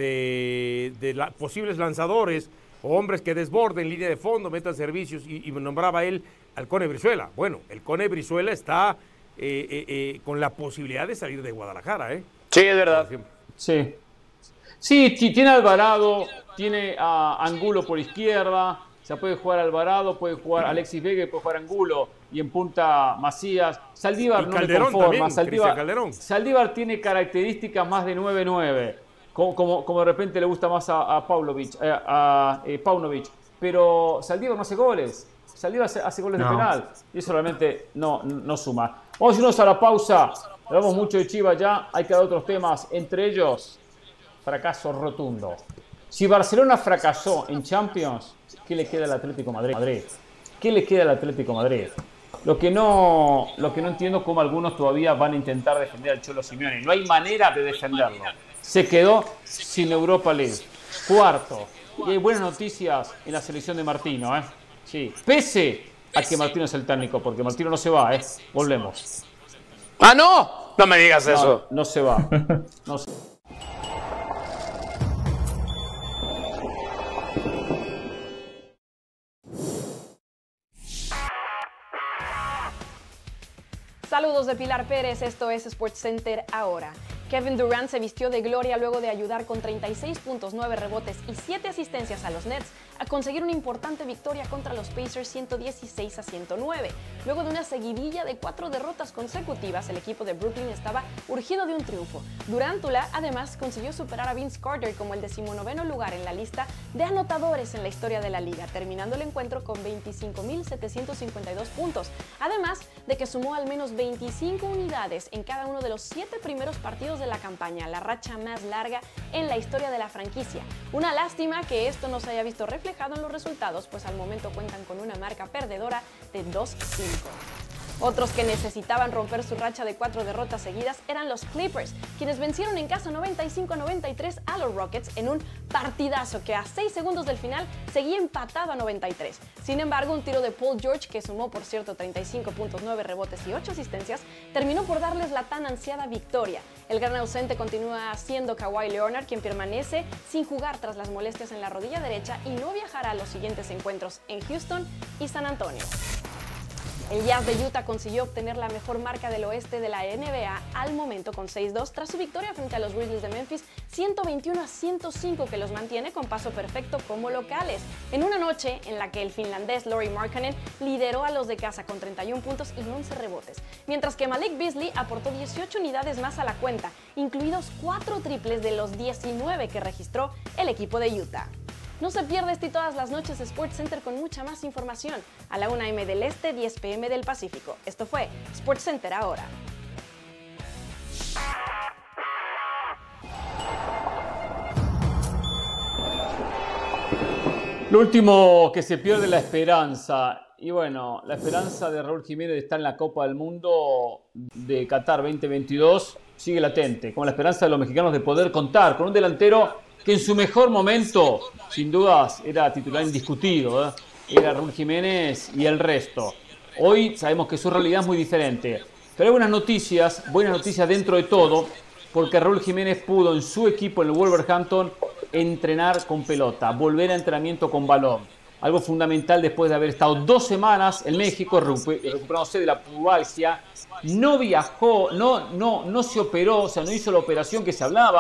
de, de la, posibles lanzadores o hombres que desborden línea de fondo, metan servicios, y, y nombraba él al Cone Brizuela. Bueno, el Cone Brizuela está eh, eh, eh, con la posibilidad de salir de Guadalajara, ¿eh? Sí, es verdad. Sí. Sí, tiene a Alvarado, tiene a Angulo por izquierda, o sea, puede jugar Alvarado, puede jugar Alexis Vega, puede jugar Angulo, y en punta Macías. Saldívar no me conforma. Saldívar, Saldívar tiene características más de nueve nueve. Como, como, como de repente le gusta más a, a Pavlovic, a, a, a eh, Paunovic, pero Saldívar no hace goles, Saldívar hace, hace goles no. de penal, y eso realmente no, no suma. Vamos a irnos a la pausa, hablamos mucho de Chivas ya, hay que dar otros temas, entre ellos, fracaso rotundo. Si Barcelona fracasó en Champions, ¿qué le queda al Atlético Madrid? Madrid? ¿Qué le queda al Atlético Madrid? Lo que no, lo que no entiendo es cómo algunos todavía van a intentar defender al Cholo Simeone, no hay manera de defenderlo. Se quedó sin Europa League. Cuarto. Y hay buenas noticias en la selección de Martino, ¿eh? Sí. Pese a que Martino es el técnico, porque Martino no se va, ¿eh? Volvemos. ¡Ah, no! No me digas no, eso. No se va. No se... Saludos de Pilar Pérez, esto es SportsCenter ahora. Kevin Durant se vistió de gloria luego de ayudar con treinta y seis puntos, nueve rebotes y siete asistencias a los Nets a conseguir una importante victoria contra los Pacers ciento dieciséis a ciento nueve. Luego de una seguidilla de cuatro derrotas consecutivas, el equipo de Brooklyn estaba urgido de un triunfo. Durantula además consiguió superar a Vince Carter como el decimonoveno lugar en la lista de anotadores en la historia de la liga, terminando el encuentro con veinticinco mil setecientos cincuenta y dos puntos, además de que sumó al menos veinticinco unidades en cada uno de los siete primeros partidos de la campaña, la racha más larga en la historia de la franquicia. Una lástima que esto no se haya visto reflejado en los resultados, pues al momento cuentan con una marca perdedora de dos cinco. Otros que necesitaban romper su racha de cuatro derrotas seguidas eran los Clippers, quienes vencieron en casa noventa y cinco a noventa y tres a los Rockets en un partidazo que a seis segundos del final seguía empatado a noventa y tres. Sin embargo, un tiro de Paul George, que sumó por cierto treinta y cinco puntos, nueve rebotes y ocho asistencias, terminó por darles la tan ansiada victoria. El gran ausente continúa siendo Kawhi Leonard, quien permanece sin jugar tras las molestias en la rodilla derecha y no viajará a los siguientes encuentros en Houston y San Antonio. El Jazz de Utah consiguió obtener la mejor marca del oeste de la N B A al momento con seis dos tras su victoria frente a los Grizzlies de Memphis ciento veintiuno a ciento cinco, que los mantiene con paso perfecto como locales. En una noche en la que el finlandés Lauri Markkanen lideró a los de casa con treinta y un puntos y once rebotes, mientras que Malik Beasley aportó dieciocho unidades más a la cuenta, incluidos cuatro triples de los diecinueve que registró el equipo de Utah. No se pierda este y todas las noches SportsCenter con mucha más información a la una eme del Este, diez pe eme del Pacífico. Esto fue SportsCenter ahora. Lo último, que se pierde la esperanza. Y bueno, la esperanza de Raúl Jiménez de estar en la Copa del Mundo de Qatar veinte veintidós sigue latente, como la esperanza de los mexicanos de poder contar con un delantero que en su mejor momento, sin dudas, era titular indiscutido, ¿eh? Era Raúl Jiménez y el resto. Hoy sabemos que su realidad es muy diferente, pero hay buenas noticias, buenas noticias dentro de todo, porque Raúl Jiménez pudo en su equipo, en el Wolverhampton, entrenar con pelota, volver a entrenamiento con balón. Algo fundamental después de haber estado dos semanas en México recuperándose de la pubalgia. No viajó, no, no, no se operó, o sea, no hizo la operación que se hablaba, que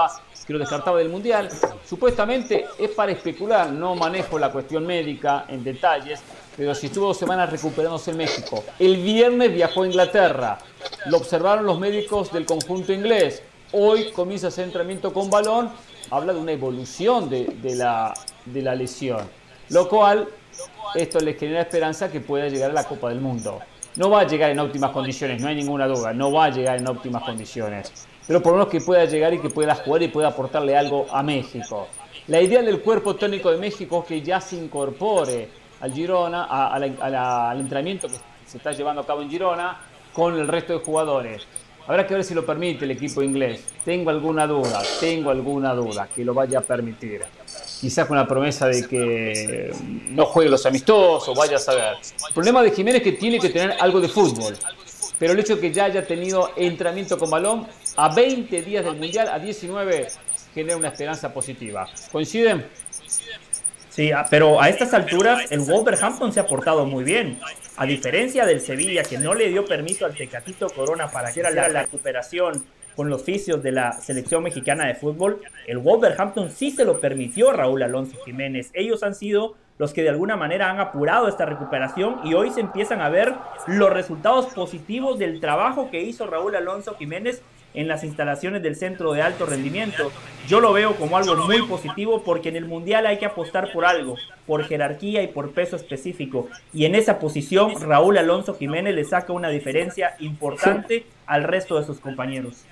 que lo descartaba del Mundial. Supuestamente es para especular, no manejo la cuestión médica en detalles, pero si estuvo dos semanas recuperándose en México. El viernes viajó a Inglaterra, lo observaron los médicos del conjunto inglés. Hoy comienza ese entrenamiento con balón, habla de una evolución de, de, la, de la lesión, lo cual esto les genera esperanza que pueda llegar a la Copa del Mundo. No va a llegar en óptimas condiciones, no hay ninguna duda, no va a llegar en óptimas condiciones, pero por lo menos que pueda llegar y que pueda jugar y pueda aportarle algo a México. La idea del cuerpo técnico de México es que ya se incorpore al Girona, a, a la, a la, al entrenamiento que se está llevando a cabo en Girona con el resto de jugadores. Habrá que ver si lo permite el equipo inglés. Tengo alguna duda, tengo alguna duda que lo vaya a permitir. Quizás con la promesa de que no juegue los amistosos, vaya a saber. El problema de Jiménez es que tiene que tener algo de fútbol. Pero el hecho de que ya haya tenido entrenamiento con balón a veinte días del Mundial, a diecinueve, genera una esperanza positiva. ¿Coinciden? Sí, pero a estas alturas el Wolverhampton se ha portado muy bien. A diferencia del Sevilla, que no le dio permiso al Tecatito Corona para hacer la, la recuperación con los fisios de la selección mexicana de fútbol, el Wolverhampton sí se lo permitió a Raúl Alonso Jiménez. Ellos han sido los que de alguna manera han apurado esta recuperación y hoy se empiezan a ver los resultados positivos del trabajo que hizo Raúl Alonso Jiménez en las instalaciones del centro de alto rendimiento. Yo lo veo como algo muy positivo porque en el Mundial hay que apostar por algo, por jerarquía y por peso específico. Y en esa posición Raúl Alonso Jiménez le saca una diferencia importante al resto de sus compañeros.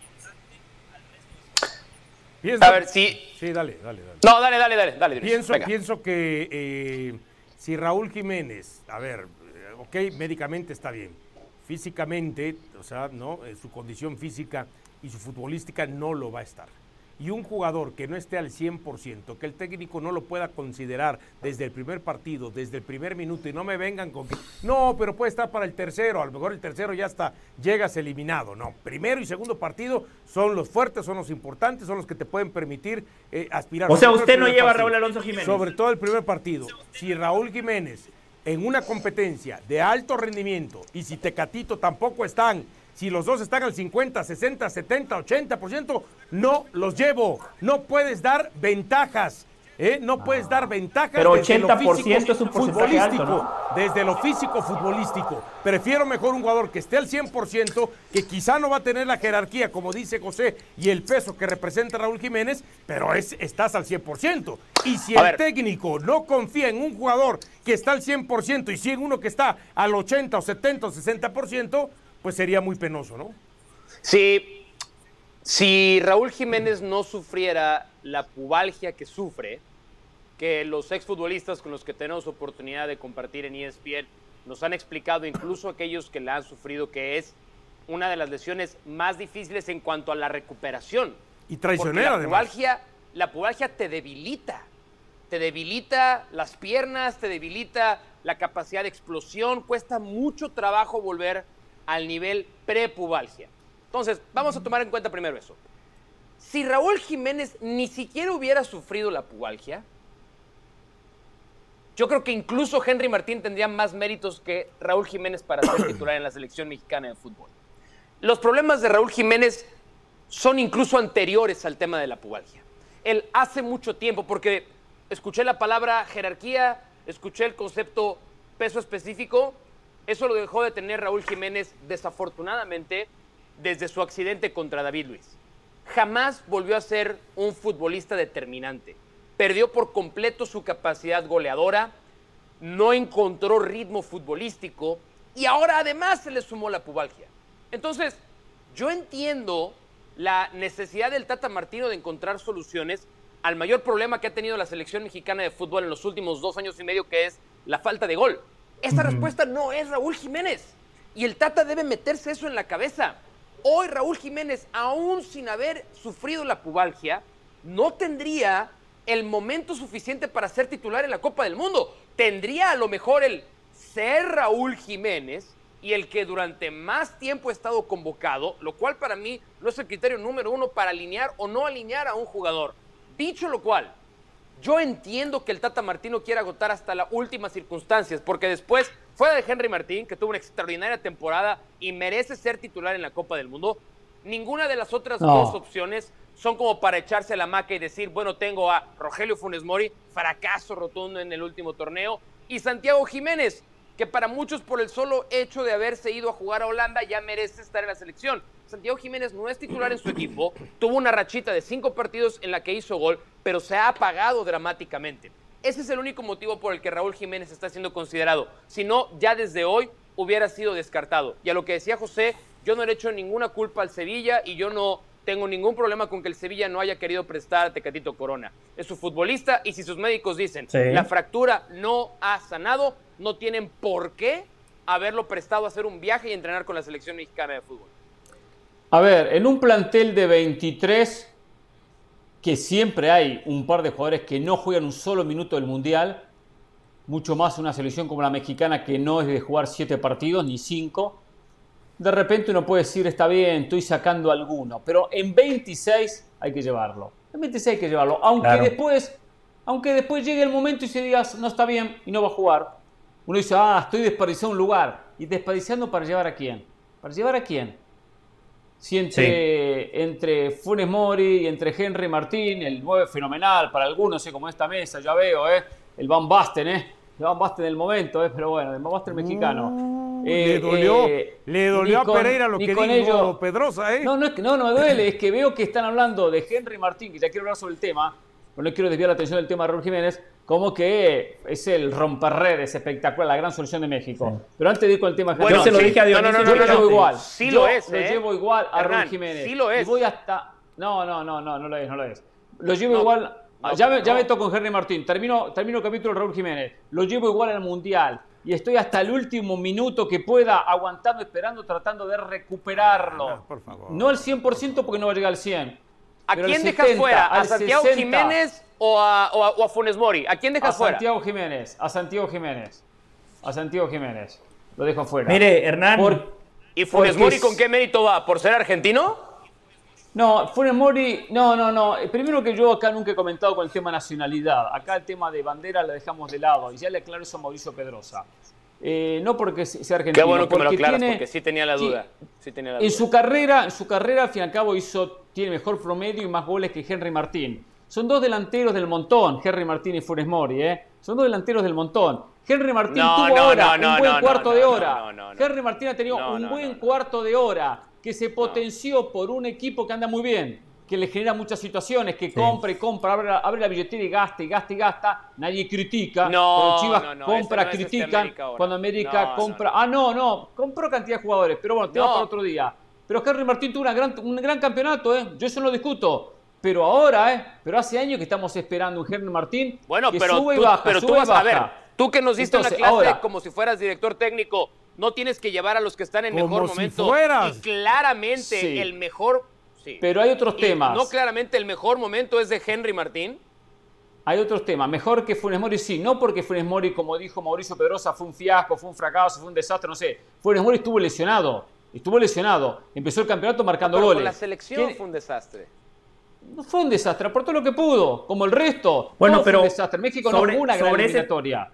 Pienso, a ver, sí. Sí, dale, dale, dale. No, dale, dale, dale. dale pienso, pienso que eh, si Raúl Jiménez, a ver, ok, médicamente está bien. Físicamente, o sea, no, su condición física y su futbolística no lo va a estar. Y un jugador que no esté al cien por ciento, que el técnico no lo pueda considerar desde el primer partido, desde el primer minuto, y no me vengan con que, no, pero puede estar para el tercero, a lo mejor el tercero ya está, llegas eliminado. No, primero y segundo partido son los fuertes, son los importantes, son los que te pueden permitir eh, aspirar. O sea, usted no lleva a Raúl Alonso Jiménez. Sobre todo el primer partido. Si Raúl Jiménez en una competencia de alto rendimiento, y si Tecatito tampoco están, si los dos están al cincuenta, sesenta, setenta, ochenta por ciento, no los llevo. No puedes dar ventajas, ¿eh? No puedes dar ventajas. Pero desde ochenta por ciento lo físico, es un porcentaje futbolístico, alto, ¿no? Desde lo físico futbolístico. Prefiero mejor un jugador que esté al cien por ciento, que quizá no va a tener la jerarquía, como dice José, y el peso que representa Raúl Jiménez, pero es, estás al cien por ciento. Y si A el ver. técnico no confía en un jugador que está al cien por ciento y si en uno que está al ochenta o setenta o sesenta por ciento, pues sería muy penoso, ¿no? Si, si Raúl Jiménez no sufriera la pubalgia que sufre, que los exfutbolistas con los que tenemos oportunidad de compartir en E S P N nos han explicado, incluso aquellos que la han sufrido, que es una de las lesiones más difíciles en cuanto a la recuperación. Y traicionera, la además. Pubalgia, la pubalgia te debilita. Te debilita las piernas, te debilita la capacidad de explosión. Cuesta mucho trabajo volver al nivel prepubalgia. Entonces, vamos a tomar en cuenta primero eso. Si Raúl Jiménez ni siquiera hubiera sufrido la pubalgia, yo creo que incluso Henry Martín tendría más méritos que Raúl Jiménez para ser titular en la selección mexicana de fútbol. Los problemas de Raúl Jiménez son incluso anteriores al tema de la pubalgia. Él hace mucho tiempo, porque escuché la palabra jerarquía, escuché el concepto peso específico, eso lo dejó de tener Raúl Jiménez, desafortunadamente, desde su accidente contra David Luiz. Jamás volvió a ser un futbolista determinante. Perdió por completo su capacidad goleadora, no encontró ritmo futbolístico y ahora además se le sumó la pubalgia. Entonces, yo entiendo la necesidad del Tata Martino de encontrar soluciones al mayor problema que ha tenido la selección mexicana de fútbol en los últimos dos años y medio, que es la falta de gol. Esta uh-huh. respuesta no es Raúl Jiménez. Y el Tata debe meterse eso en la cabeza. Hoy Raúl Jiménez, aún sin haber sufrido la pubalgia, no tendría el momento suficiente para ser titular en la Copa del Mundo. Tendría a lo mejor el ser Raúl Jiménez y el que durante más tiempo ha estado convocado, lo cual para mí no es el criterio número uno para alinear o no alinear a un jugador. Dicho lo cual, yo entiendo que el Tata Martino quiera agotar hasta las últimas circunstancias, porque después, fuera de Henry Martín, que tuvo una extraordinaria temporada y merece ser titular en la Copa del Mundo, ninguna de las otras no. dos opciones son como para echarse a la hamaca y decir, bueno, tengo a Rogelio Funes Mori, fracaso rotundo en el último torneo, y Santiago Jiménez, que para muchos por el solo hecho de haberse ido a jugar a Holanda ya merece estar en la selección. Santiago Jiménez no es titular en su equipo, tuvo una rachita de cinco partidos en la que hizo gol, pero se ha apagado dramáticamente. Ese es el único motivo por el que Raúl Jiménez está siendo considerado. Si no, ya desde hoy hubiera sido descartado. Y a lo que decía José, yo no le he hecho ninguna culpa al Sevilla y yo no tengo ningún problema con que el Sevilla no haya querido prestar a Tecatito Corona. Es su futbolista y si sus médicos dicen sí. la fractura no ha sanado, no tienen por qué haberlo prestado a hacer un viaje y entrenar con la selección mexicana de fútbol. A ver, en un plantel de veintitrés, que siempre hay un par de jugadores que no juegan un solo minuto del Mundial, mucho más una selección como la mexicana que no es de jugar siete partidos ni cinco, de repente uno puede decir, está bien, estoy sacando alguno, pero en veintiséis hay que llevarlo. En veintiséis hay que llevarlo, aunque claro. después, aunque después llegue el momento y se diga, no está bien y no va a jugar. Uno dice, ah, estoy desperdiciando un lugar. ¿Y desperdiciando para llevar a quién? ¿Para llevar a quién? Si entre, sí. entre Funes Mori y entre Henry Martín, el nueve fenomenal para algunos, no sé, como esta mesa, ya veo, ¿eh? El Van Basten, ¿eh? El Van Basten del momento, ¿eh? Pero bueno, el Van Basten mexicano. Uh, eh, le dolió, eh, le dolió con, a Pereira lo que dijo ello, Pedrosa, ¿eh? No, no, es que, no, no me duele, es que veo que están hablando de Henry Martín, que ya quiero hablar sobre el tema, pero no quiero desviar la atención del tema de Raúl Jiménez, como que es el romperredes espectacular, la gran solución de México. Sí. Pero antes de ir con el tema... Bueno, yo se lo dije a Dionisio. No, no, no, yo lo llevo igual. Sí yo lo es, lo ¿eh? llevo igual a Hernán, Raúl Jiménez. Sí lo es. Y voy hasta... No, no, no, no, no lo es, no lo es. Lo llevo no, igual... No, ya me, no. ya me toco con Henry Martín. Termino, termino el capítulo de Raúl Jiménez. Lo llevo igual al Mundial. Y estoy hasta el último minuto que pueda, aguantando, esperando, tratando de recuperarlo. No, por favor. No al cien por ciento porque no va a llegar al cien por ciento. ¿A Pero quién al dejas setenta, fuera? ¿A al Santiago sesenta, Jiménez o a, o, a, o a Funes Mori? ¿A quién dejas a fuera? Santiago Jiménez, a Santiago Jiménez. A Santiago Jiménez. Lo dejo fuera. Mire, Hernán. Por, ¿Y Funes Mori es... con qué mérito va? ¿Por ser argentino? No, Funes Mori, no, no, no. Primero que yo acá nunca he comentado con el tema nacionalidad. Acá el tema de bandera lo dejamos de lado. Y ya le aclaro eso a Mauricio Pedrosa. Eh, no porque sea argentino. Qué bueno que me lo aclaras, tiene, porque sí tenía la duda. Sí tenía la en duda. su carrera, en su carrera, al fin y al cabo, hizo, tiene mejor promedio y más goles que Henry Martín. Son dos delanteros del montón, Henry Martín y Funes Mori, ¿eh? Son dos delanteros del montón. Henry Martín no, tuvo no, ahora no, un no, buen no, cuarto no, de no, hora. no, no, no, Henry Martín ha tenido no, un no, buen no, no. cuarto de hora que se potenció no. por un equipo que anda muy bien, que le genera muchas situaciones, que sí. compra y compra, abre la, abre la billetera y gasta y gasta y gasta. Nadie critica. No, cuando Chivas no, no, compra, no es critican. este América cuando América no, compra... No, no. Ah, no, no. Compró cantidad de jugadores. Pero bueno, te no. va para otro día. Pero Henry Martín tuvo una gran, un gran campeonato, ¿eh? Yo eso no lo discuto. Pero ahora, ¿eh? Pero hace años que estamos esperando un Henry Martín bueno, que pero sube tú, y baja, pero sube tú vas y baja. a ver, tú que nos diste Entonces, una clase ahora, como si fueras director técnico, no tienes que llevar a los que están en como mejor si momento. fueras. Y claramente Sí. el mejor... Sí. Pero hay otros Y temas. no claramente el mejor momento es de Henry Martín. Hay otros temas. Mejor que Funes Mori, sí. No porque Funes Mori, como dijo Mauricio Pedrosa, fue un fiasco, fue un fracaso, fue un desastre, no sé. Funes Mori estuvo lesionado. Estuvo lesionado. Empezó el campeonato marcando Pero goles. con la selección ¿Quién? fue un desastre. No fue un desastre, aportó lo que pudo, como el resto. Bueno, no pero fue un desastre. México sobre- no hubo una gran sobre ese- eliminatoria.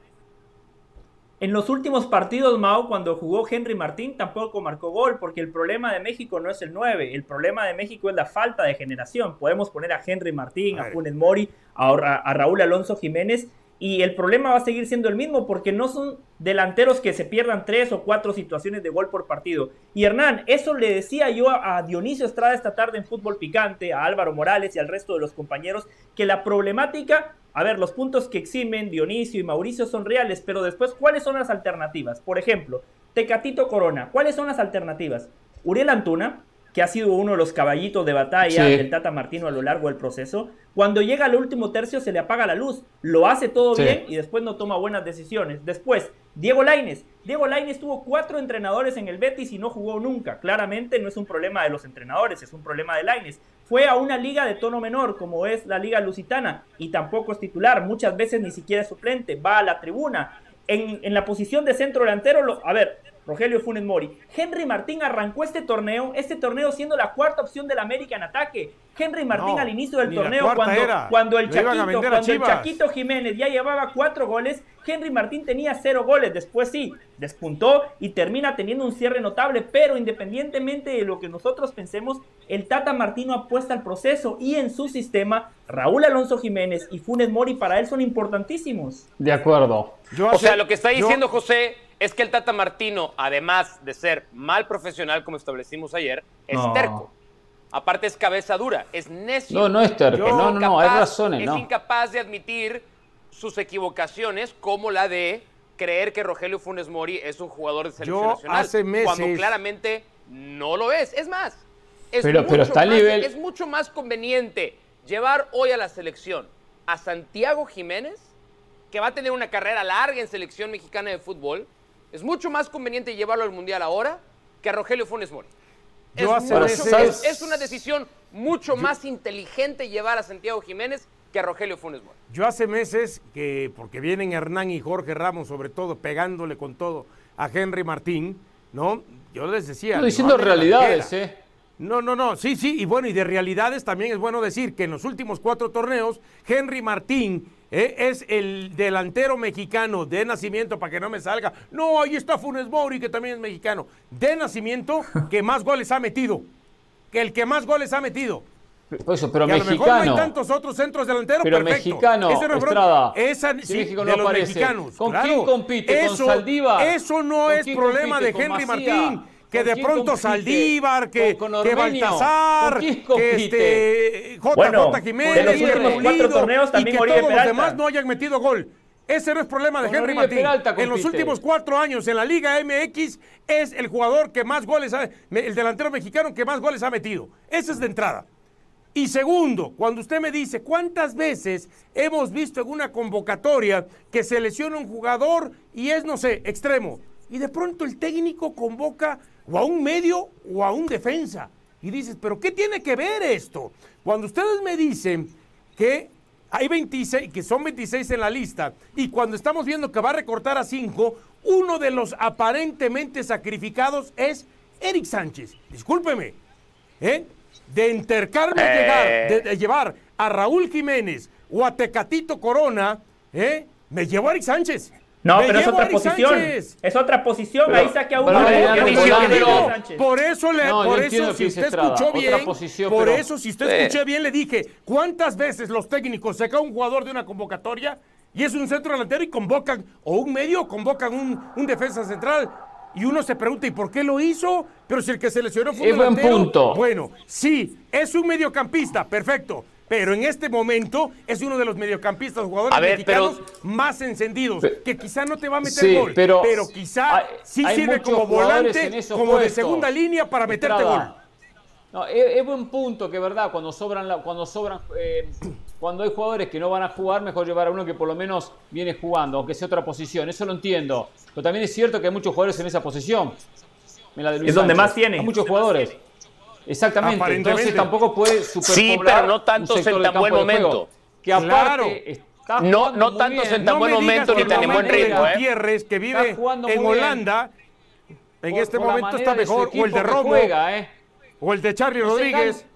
En los últimos partidos, Mao, cuando jugó Henry Martín, tampoco marcó gol, porque el problema de México no es el nueve, el problema de México es la falta de generación. Podemos poner a Henry Martín, a Funes Mori, a, Ra- a Raúl Alonso Jiménez, y el problema va a seguir siendo el mismo, porque no son delanteros que se pierdan tres o cuatro situaciones de gol por partido. Y Hernán, eso le decía yo a, a Dionisio Estrada esta tarde en Fútbol Picante, a Álvaro Morales y al resto de los compañeros, que la problemática... A ver, los puntos que eximen Dionisio y Mauricio son reales, pero después, ¿cuáles son las alternativas? Por ejemplo, Tecatito Corona, ¿cuáles son las alternativas? Uriel Antuna, que ha sido uno de los caballitos de batalla Sí. del Tata Martino a lo largo del proceso, cuando llega al último tercio se le apaga la luz, lo hace todo Sí. bien y después no toma buenas decisiones. Después, Diego Lainez. Diego Lainez tuvo cuatro entrenadores en el Betis y no jugó nunca. Claramente no es un problema de los entrenadores, es un problema de Lainez. Fue a una liga de tono menor, como es la Liga Lusitana, y tampoco es titular, muchas veces ni siquiera es suplente, va a la tribuna. En, en la posición de centro delantero, lo, a ver, Rogelio Funes Mori. Henry Martín arrancó este torneo, este torneo siendo la cuarta opción del América en ataque. Henry Martín No, al inicio del ni la torneo, cuarta cuando, era. cuando, el Lo iban a Chaquito, vender a cuando el Chivas. Chaquito Jiménez ya llevaba cuatro goles, Henry Martín tenía cero goles. Después sí, despuntó y termina teniendo un cierre notable, pero independientemente de lo que nosotros pensemos, el Tata Martino apuesta al proceso y en su sistema, Raúl Alonso Jiménez y Funes Mori para él son importantísimos. De acuerdo. Yo O hace- sea, lo que está yo- diciendo José es que el Tata Martino, además de ser mal profesional, como establecimos ayer, es No. terco. Aparte es cabeza dura, es necio. No, no es terco. Yo- No, no, no. Hay Incapaz- razones, Es ¿no? incapaz de admitir sus equivocaciones, como la de creer que Rogelio Funes Mori es un jugador de selección Yo nacional. hace meses- Cuando claramente no lo es. Es más, es, Pero- mucho, pero está al más, nivel- es mucho más conveniente llevar hoy a la selección a Santiago Jiménez, que va a tener una carrera larga en selección mexicana de fútbol. Es mucho más conveniente llevarlo al Mundial ahora que a Rogelio Funes Mori. Yo es, hace mucho- meses- es- es una decisión mucho más inteligente llevar a Santiago Jiménez que a Rogelio Funes Mori. Yo hace meses que, porque vienen Hernán y Jorge Ramos, sobre todo, pegándole con todo a Henry Martín, ¿no? Yo les decía. Estoy diciendo no hablen realidades, cualquiera. ¿eh? No, no, no, sí, sí, y bueno, y de realidades también es bueno decir que en los últimos cuatro torneos, Henry Martín eh, es el delantero mexicano de nacimiento, para que no me salga, no, ahí está Funes Mori, que también es mexicano, de nacimiento, que más goles ha metido, que el que más goles ha metido. Por eso, pero Que a lo mejor no mexicano. hay tantos otros centros delanteros, Pero perfecto. mexicano, Ese no es bronca. Estrada. Esa, Si sí, México de no los aparece. mexicanos. ¿Con claro. quién compite? ¿Con Eso, Saldívar? Eso no ¿Con es quién problema compite? de ¿Con Henry Macía? Martín. Que ¿Con de quién pronto compite? Saldívar, que, ¿Con- con que Ormeño? Baltasar, ¿Con quién que compite? este, J. Bueno, J. Jiménez, de los que últimos cuatro Pulido, torneos y también que Oribe todos los Peralta. demás no hayan metido gol. Ese no es problema de Con Henry Oribe Martín. Peralta En los compite. últimos cuatro años en la Liga M X es el jugador que más goles ha, el delantero mexicano que más goles ha metido. Ese es de entrada. Y segundo, cuando usted me dice cuántas veces hemos visto en una convocatoria que se lesiona un jugador y es, no sé, extremo, y de pronto el técnico convoca o a un medio o a un defensa. Y dices, ¿pero qué tiene que ver esto? Cuando ustedes me dicen que hay veintiséis, que son veintiséis en la lista, y cuando estamos viendo que va a recortar a cinco, uno de los aparentemente sacrificados es Eric Sánchez. Discúlpeme, ¿eh? De entercarme a Eh. llegar, de, de llevar a Raúl Jiménez o a Tecatito Corona, ¿eh? Me llevo a Eric Sánchez. No, Me pero es llevo a otra Eric posición. Sánchez. Es otra posición. Pero- Ahí saque a uno. pero de ahí los dan que un dice volante. Rodrigo Por- Sánchez. Por eso, le, No, yo por entiendo eso que si dice usted Estrada, escuchó otra bien, posición, por pero- eso si usted Sí. escuchó bien le dije, ¿cuántas veces los técnicos sacan un jugador de una convocatoria y es un centro delantero y convocan o un medio o convocan un, un defensa central? Y uno se pregunta, ¿y por qué lo hizo? Pero si el que se lesionó fue un Es buen delantero. punto. Bueno, sí, es un mediocampista, perfecto. Pero en este momento es uno de los mediocampistas, jugadores A ver, mexicanos pero- más encendidos, Pe- que quizá no te va a meter Sí, gol, pero pero quizá hay- sí hay sirve muchos como jugadores en volante, esos como de puestos. segunda línea para meterte Estrada. gol. No, es, es buen punto que verdad, cuando sobran, la- cuando sobran, eh, cuando hay jugadores que no van a jugar, mejor llevar a uno que por lo menos viene jugando, aunque sea otra posición, eso lo entiendo. Pero también es cierto que hay muchos jugadores en esa posición. En la de Luis Es donde Sánchez. más tiene. Hay muchos jugadores. Exactamente, Aparentemente. entonces tampoco puede superpoblar Sí, pero no un tantos sector en del tan buen campo de juego, momento. que aparte Claro. está No- jugando no muy tantos bien. en tan No buen me digas momento que ni tan la en buen manera de ritmo, ¿eh? Gutiérrez, que vive Está jugando en muy bien. Holanda, en Por- este por la momento manera está de su mejor, o el equipo de que Romo, juega, ¿eh? o el de Charlie No se Rodríguez. engañen.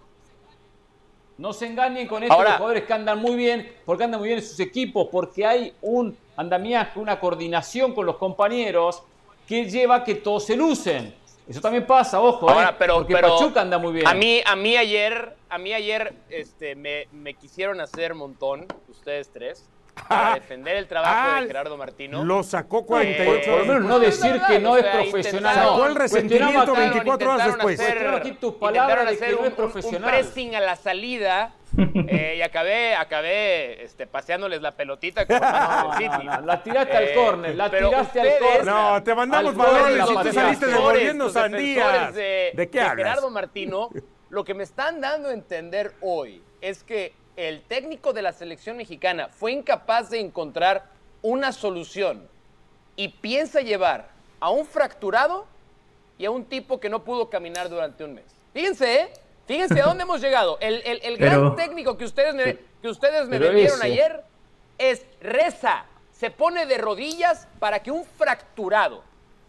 No se engañen con estos Ahora- jugadores que andan muy bien, porque andan muy bien en sus equipos, porque hay un andamiaje, una coordinación con los compañeros que lleva a que todos se lucen. Eso también pasa, ojo, Ahora, ¿eh? pero, porque pero Pachuca anda muy bien. A mí, a mí ayer, a mí ayer, este, me, me quisieron hacer montón, ustedes tres, para defender el trabajo Ah, de Gerardo Martino. Lo sacó por, cuarenta y ocho por lo horas menos no después. decir que no O es sea, profesional. intentaron- no. Sacó el resentimiento Cuestionamos acá- veinticuatro horas intentaron después. hacer- Cuestiono aquí tus intentaron palabras de hacer que no un- es un- profesional. Un pressing a la salida eh, y acabé, acabé este, paseándoles la pelotita como No, no, no, no, la tiraste al Eh, córner, la pero tiraste al ustedes- córner. No, te mandamos Al córner balones la y tú pateaste. saliste defensores, devolviendo los sandías. defensores De, ¿De qué de hablas? Gerardo Martino, lo que me están dando a entender hoy es que el técnico de la selección mexicana fue incapaz de encontrar una solución y piensa llevar a un fracturado y a un tipo que no pudo caminar durante un mes. Fíjense, ¿eh? Fíjense a dónde hemos llegado. El, el, el Pero- gran técnico que ustedes me, que ustedes me Pero vendieron ese- ayer es reza, se pone de rodillas para que un fracturado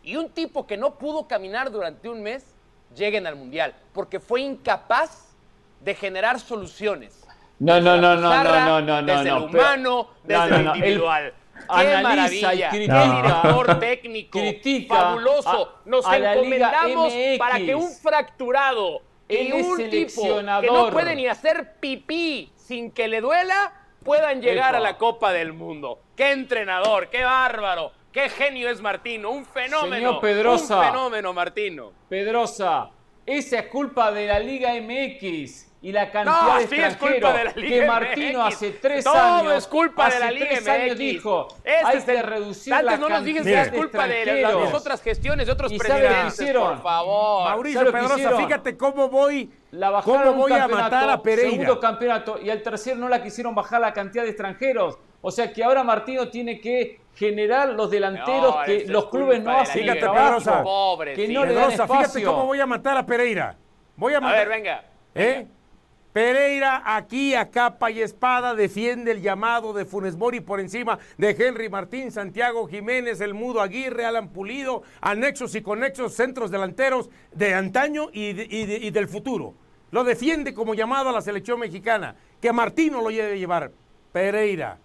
y un tipo que no pudo caminar durante un mes lleguen al Mundial, porque fue incapaz de generar soluciones. No, no, no, no, Pizarra, no, no, no, desde no, el pero- humano, desde no, no, el no, individual. él ¡Qué analiza maravilla! y ¡Qué critica- director técnico! critica ¡Fabuloso! a- Nos a la Liga encomendamos M X. para que un fracturado Él y es un tipo que no seleccionador. puede ni hacer pipí sin que le duela puedan llegar Epa. a la Copa del Mundo. ¡Qué entrenador! ¡Qué bárbaro! ¡Qué genio es Martino! ¡Un fenómeno! Señor Pedrosa. ¡Un fenómeno, Martino! Pedrosa, esa es culpa de la Liga M X y la cantidad No, de sí es extranjeros culpa de la Liga que Martino M X. hace tres Todo años. es culpa de hace la Liga tres M X. años dijo, Este hay es que el- reducir Antes la no nos digas que cantidad es de culpa de las, extranjeros. las otras gestiones de otros ¿Y sabe lo que presidentes, hicieron? por favor. Mauricio ¿Sabe lo que Pedrosa, hicieron? fíjate cómo voy, La bajaron cómo un voy a campeonato, matar a Pereira. segundo campeonato, y al tercero no la quisieron bajar la cantidad de extranjeros. O sea que ahora Martino tiene que generar los delanteros No, que eso los es clubes culpa no de la hacen Liga el M X. trabajo, Pedrosa. Pobre, que sí. no le dan Pedrosa, fíjate espacio. cómo voy a matar a Pereira. Voy a A matar. ver, venga. ¿Eh? Pereira aquí a capa y espada defiende el llamado de Funes Mori por encima de Henry Martín, Santiago Jiménez, el Mudo Aguirre, Alan Pulido, anexos y conexos centros delanteros de antaño y, de- y de- y del futuro. Lo defiende como llamado a la selección mexicana. Que Martino lo lleve a llevar. Pereira.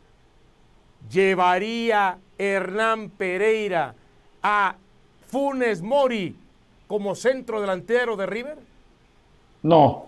¿Llevaría Hernán Pereira a Funes Mori como centro delantero de River? No.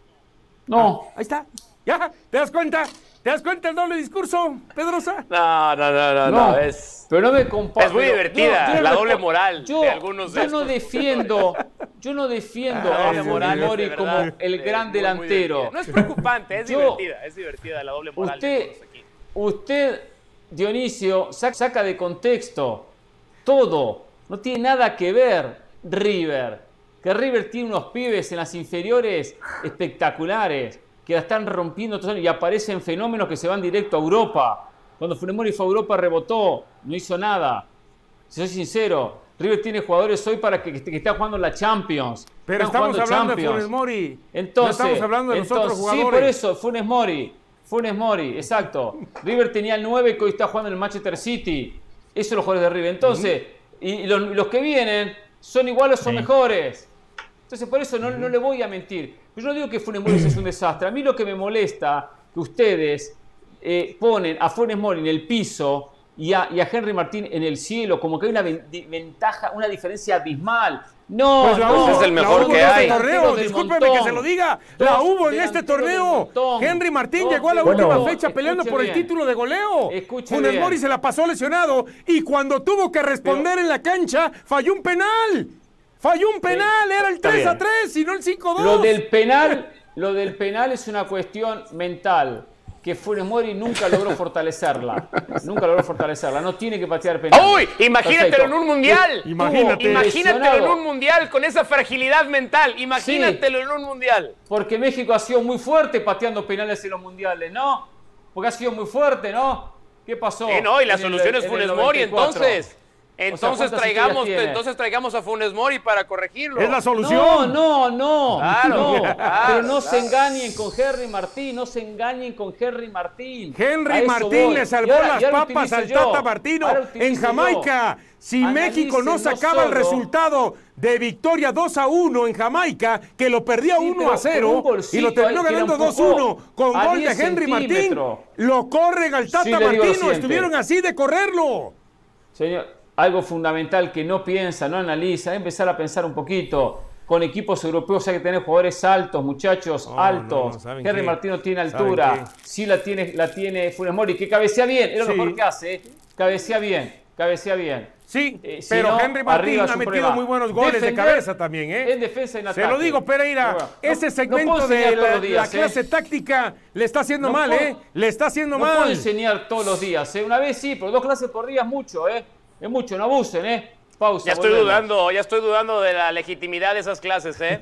No. Ahí está. ¿Ya? ¿Te das cuenta? ¿Te das cuenta el doble discurso, Pedrosa? No, no, no, no, No, no, es... pero no me comparo. es muy divertida la no doble reco- moral yo, de algunos de yo no estos defiendo, yo no defiendo Ay, a Dios Funes mío. Mori de como verdad, el eh, gran muy, muy delantero. divertida. No es preocupante, es Yo- divertida, es divertida la doble moral de Usted, todos aquí. usted, Dionisio, sa- saca de contexto todo. No tiene nada que ver River. Que River tiene unos pibes en las inferiores espectaculares, que la están rompiendo todos y aparecen fenómenos que se van directo a Europa. Cuando Funes Mori fue a Europa rebotó, no hizo nada. Si soy sincero, River tiene jugadores hoy para que, que, que estén jugando la Champions. Pero Están estamos jugando hablando de Champions. Funes Mori. Entonces, no estamos hablando de los entonces, otros jugadores. Sí, por eso, Funes Mori. Funes Mori, exacto. River tenía el nueve que hoy está jugando en el Manchester City. Esos son los jugadores de River. Entonces, y, y los, los que vienen son iguales o son Sí. mejores. Entonces, por eso no, no le voy a mentir. Yo no digo que Funes Mori es un desastre. A mí lo que me molesta que ustedes eh, ponen a Funes Mori en el piso y a, y a Henry Martín en el cielo, como que hay una ven- di- ventaja, una diferencia abismal. No, Pues la no, hubo, es el la mejor hubo que en hay. este torneo, Delanteros del discúlpeme montón. que se lo diga. La Dos hubo en este delanteros del torneo. montón. Henry Martín Dos llegó a la delanteros. última Bueno, fecha peleando escuche por el bien. título de goleo. Escuche Funes bien. Mori se la pasó lesionado y cuando tuvo que responder en la cancha, falló un penal. Falló un penal, era el Está tres a bien. tres y no el cinco a dos. Lo del penal, lo del penal es una cuestión mental que Funes Mori nunca logró fortalecerla. Nunca logró fortalecerla. No tiene que patear penal. ¡Uy! Imagínatelo Perfecto. en un mundial. Imagínate. Imagínatelo en Lesionado. un mundial con esa fragilidad mental. Imagínatelo en un mundial. Porque México ha sido muy fuerte pateando penales en los mundiales, ¿no? Porque ha sido muy fuerte, ¿no? ¿Qué pasó? Eh, no, y la en el- solución es en el Funes Mori, noventa y cuatro? entonces. Entonces ¿cuántas traigamos, historias tiene? entonces traigamos a Funes Mori para corregirlo. Es la No, solución. no, no. Claro, no. claro, Pero no se claro. engañen con Henry Martín, no se engañen con Henry Martín. A Henry eso Martín voy. le Y salvó ahora- las y ahora papas utilizo al yo. Tata Martino Ahora en utilizo Jamaica. yo. Si México no Analicen, no sacaba el solo- resultado de victoria dos a uno en Jamaica, que lo perdía Sí, uno pero a cero con un y golcito lo terminó ahí que la ganando dos empujó uno con a gol de diez Henry Martín, centímetros. lo corren al Tata Sí, le digo lo Martino. siguiente. Estuvieron así de correrlo. Señor, algo fundamental que no piensa, no analiza, es empezar a pensar un poquito. Con equipos europeos hay que tener jugadores altos, muchachos, No, no, altos. no, ¿saben Henry qué? Martín no tiene ¿Saben altura. qué? Sí la tiene, la tiene Funes Mori, que cabecea bien, es lo Sí. mejor que hace. ¿eh? Cabecea bien, cabecea bien. Sí, Eh, si pero no, Henry Martín arriba ha es un metido problema. muy buenos goles Defender de cabeza también, ¿eh? En defensa y en Se ataque. lo digo, Pereira, Pero bueno, no- ese no segmento puedo de enseñar todos la, los días, la clase ¿eh? táctica le está haciendo No mal, puedo- ¿eh? Le está haciendo No puedo mal. enseñar todos los días, ¿eh? Una vez sí, pero dos clases por día es mucho, ¿eh? Es mucho, no abusen, ¿eh? Pausa. Ya estoy volvemos. dudando, ya estoy dudando de la legitimidad de esas clases, ¿eh?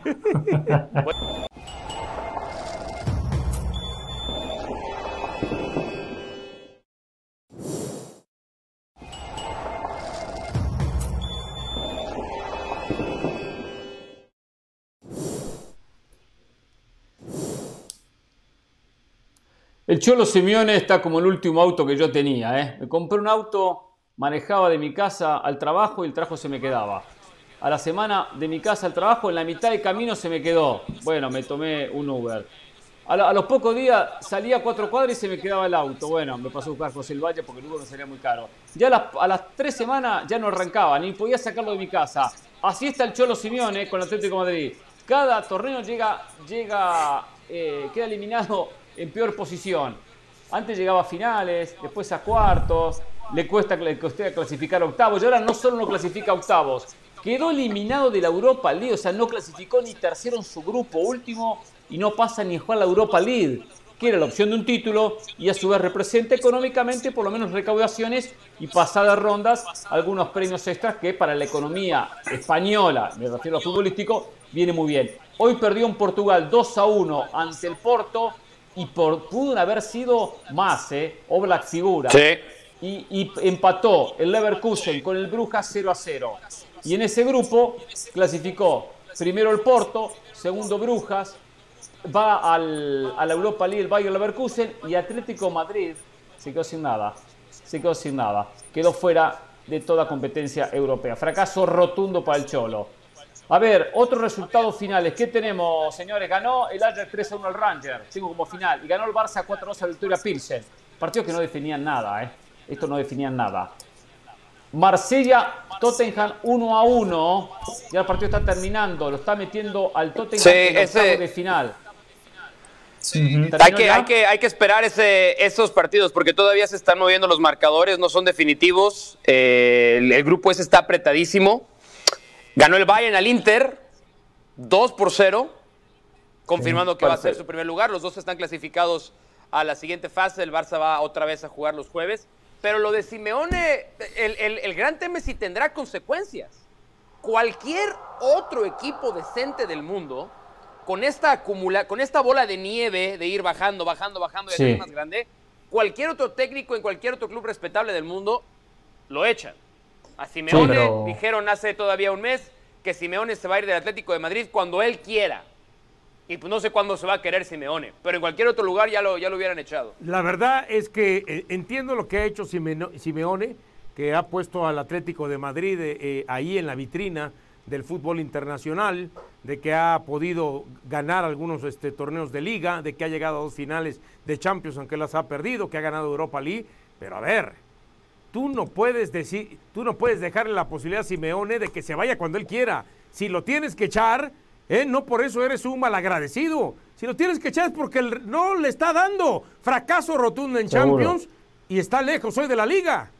El Cholo Simeone está como el último auto que yo tenía, ¿eh? Me compré un auto manejaba de mi casa al trabajo y el trabajo se me quedaba. A la semana de mi casa al trabajo, en la mitad del camino se me quedó. Bueno, me tomé un Uber. A, lo, a los pocos días salía a cuatro cuadras y se me quedaba el auto. Bueno, me pasó a buscar José el Valle porque el Uber me salía muy caro. Ya a las, a las tres semanas ya no arrancaba, ni podía sacarlo de mi casa. Así está el Cholo Simeone con el Atlético de Madrid. Cada torneo llega, llega eh, queda eliminado en peor posición. Antes llegaba a finales, después a cuartos, le cuesta, le cuesta clasificar a octavos. Y ahora no solo no clasifica a octavos, quedó eliminado de la Europa League. O sea, no clasificó ni tercero en su grupo último y no pasa ni a jugar la Europa League, que era la opción de un título y a su vez representa económicamente por lo menos recaudaciones y pasadas rondas algunos premios extras que para la economía española, me refiero a futbolístico, viene muy bien. Hoy perdió en Portugal dos a uno ante el Porto y por, pudo haber sido más, ¿eh? Oblak figura. Sí. Y, y empató el Leverkusen con el Brujas cero a cero. Y en ese grupo clasificó primero el Porto, segundo Brujas, va al, a la Europa League el Bayer Leverkusen y Atlético Madrid se quedó sin nada. Se quedó sin nada. Quedó fuera de toda competencia europea. Fracaso rotundo para el Cholo. A ver, otros resultados finales. ¿Qué tenemos, señores? Ganó el Ajax tres a uno al Rangers, tengo como final. Y ganó el Barça cuatro a dos a Victoria Pilsen. Partidos que no definían nada, ¿eh? Esto no definían nada. Marsella, Tottenham uno a uno. Ya el partido está terminando. Lo está metiendo al Tottenham Sí, en el ese- octavo de final. Sí. Hay que, hay, que, hay que esperar ese, esos partidos porque todavía se están moviendo los marcadores, no son definitivos. Eh, el, el grupo ese está apretadísimo. Ganó el Bayern al Inter dos por cero, confirmando que va a ser su primer lugar. Los dos están clasificados a la siguiente fase. El Barça va otra vez a jugar los jueves. Pero lo de Simeone, el, el, el gran tema es si tendrá consecuencias. Cualquier otro equipo decente del mundo, con esta, acumula, con esta bola de nieve de ir bajando, bajando, bajando y Sí. hacer más grande, cualquier otro técnico en cualquier otro club respetable del mundo lo echan. A Simeone Sí, pero- dijeron hace todavía un mes que Simeone se va a ir del Atlético de Madrid cuando él quiera. Y pues no sé cuándo se va a querer Simeone, pero en cualquier otro lugar ya lo, ya lo hubieran echado. La verdad es que eh, entiendo lo que ha hecho Simeno- Simeone, que ha puesto al Atlético de Madrid eh, eh, ahí en la vitrina del fútbol internacional, de que ha podido ganar algunos este, torneos de liga, de que ha llegado a dos finales de Champions aunque las ha perdido, que ha ganado Europa League, pero a ver, tú no puedes decir, tú no puedes dejarle la posibilidad a Simeone de que se vaya cuando él quiera. Si lo tienes que echar, eh, no por eso eres un malagradecido. Si lo tienes que echar es porque el- no le está dando. Fracaso rotundo en Seguro. Champions y está lejos hoy de la liga.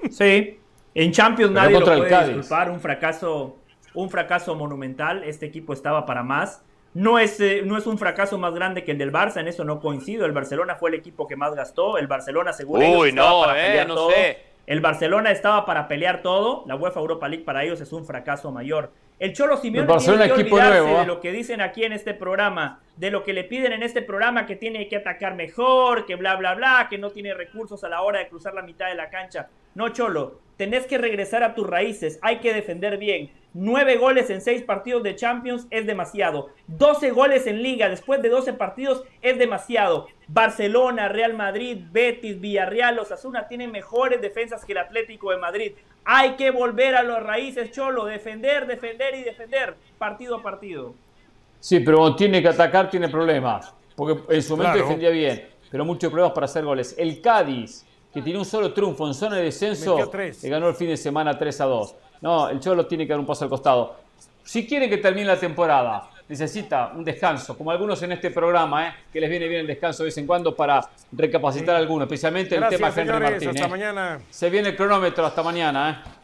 Sí, en Champions Pero nadie lo contra el puede Cádiz. disculpar, un fracaso, un fracaso monumental, este equipo estaba para más. No es, eh, no es un fracaso más grande que el del Barça, en eso no coincido. El Barcelona fue el equipo que más gastó, el Barcelona según ellos Uy, estaba no, para eh, pelear no todo. sé. El Barcelona estaba para pelear todo, la UEFA Europa League para ellos es un fracaso mayor. El Cholo Simeone El Barcelona, tiene que equipo olvidarse nuevo, de ¿eh? lo que dicen aquí en este programa, de lo que le piden en este programa, que tiene que atacar mejor, que bla, bla, bla, que no tiene recursos a la hora de cruzar la mitad de la cancha. No, Cholo, tenés que regresar a tus raíces, hay que defender bien. Nueve goles en seis partidos de Champions es demasiado. doce goles en Liga después de doce partidos es demasiado. Barcelona, Real Madrid, Betis, Villarreal, Osasuna tienen mejores defensas que el Atlético de Madrid. Hay que volver a las raíces, Cholo, defender, defender y defender, partido a partido. Sí, pero cuando tiene que atacar tiene problemas. Porque en su momento Claro. defendía bien, pero muchos problemas para hacer goles. El Cádiz, que tiene un solo triunfo en zona de descenso, Metió tres. le ganó el fin de semana tres a dos. No, el Cholo tiene que dar un paso al costado. Si quiere que termine la temporada, necesita un descanso, como algunos en este programa, ¿eh? que les viene bien el descanso de vez en cuando para recapacitar a algunos, especialmente el Gracias, tema Henry señores. Martín. Hasta ¿eh? mañana. Se viene el cronómetro, hasta mañana. ¿eh?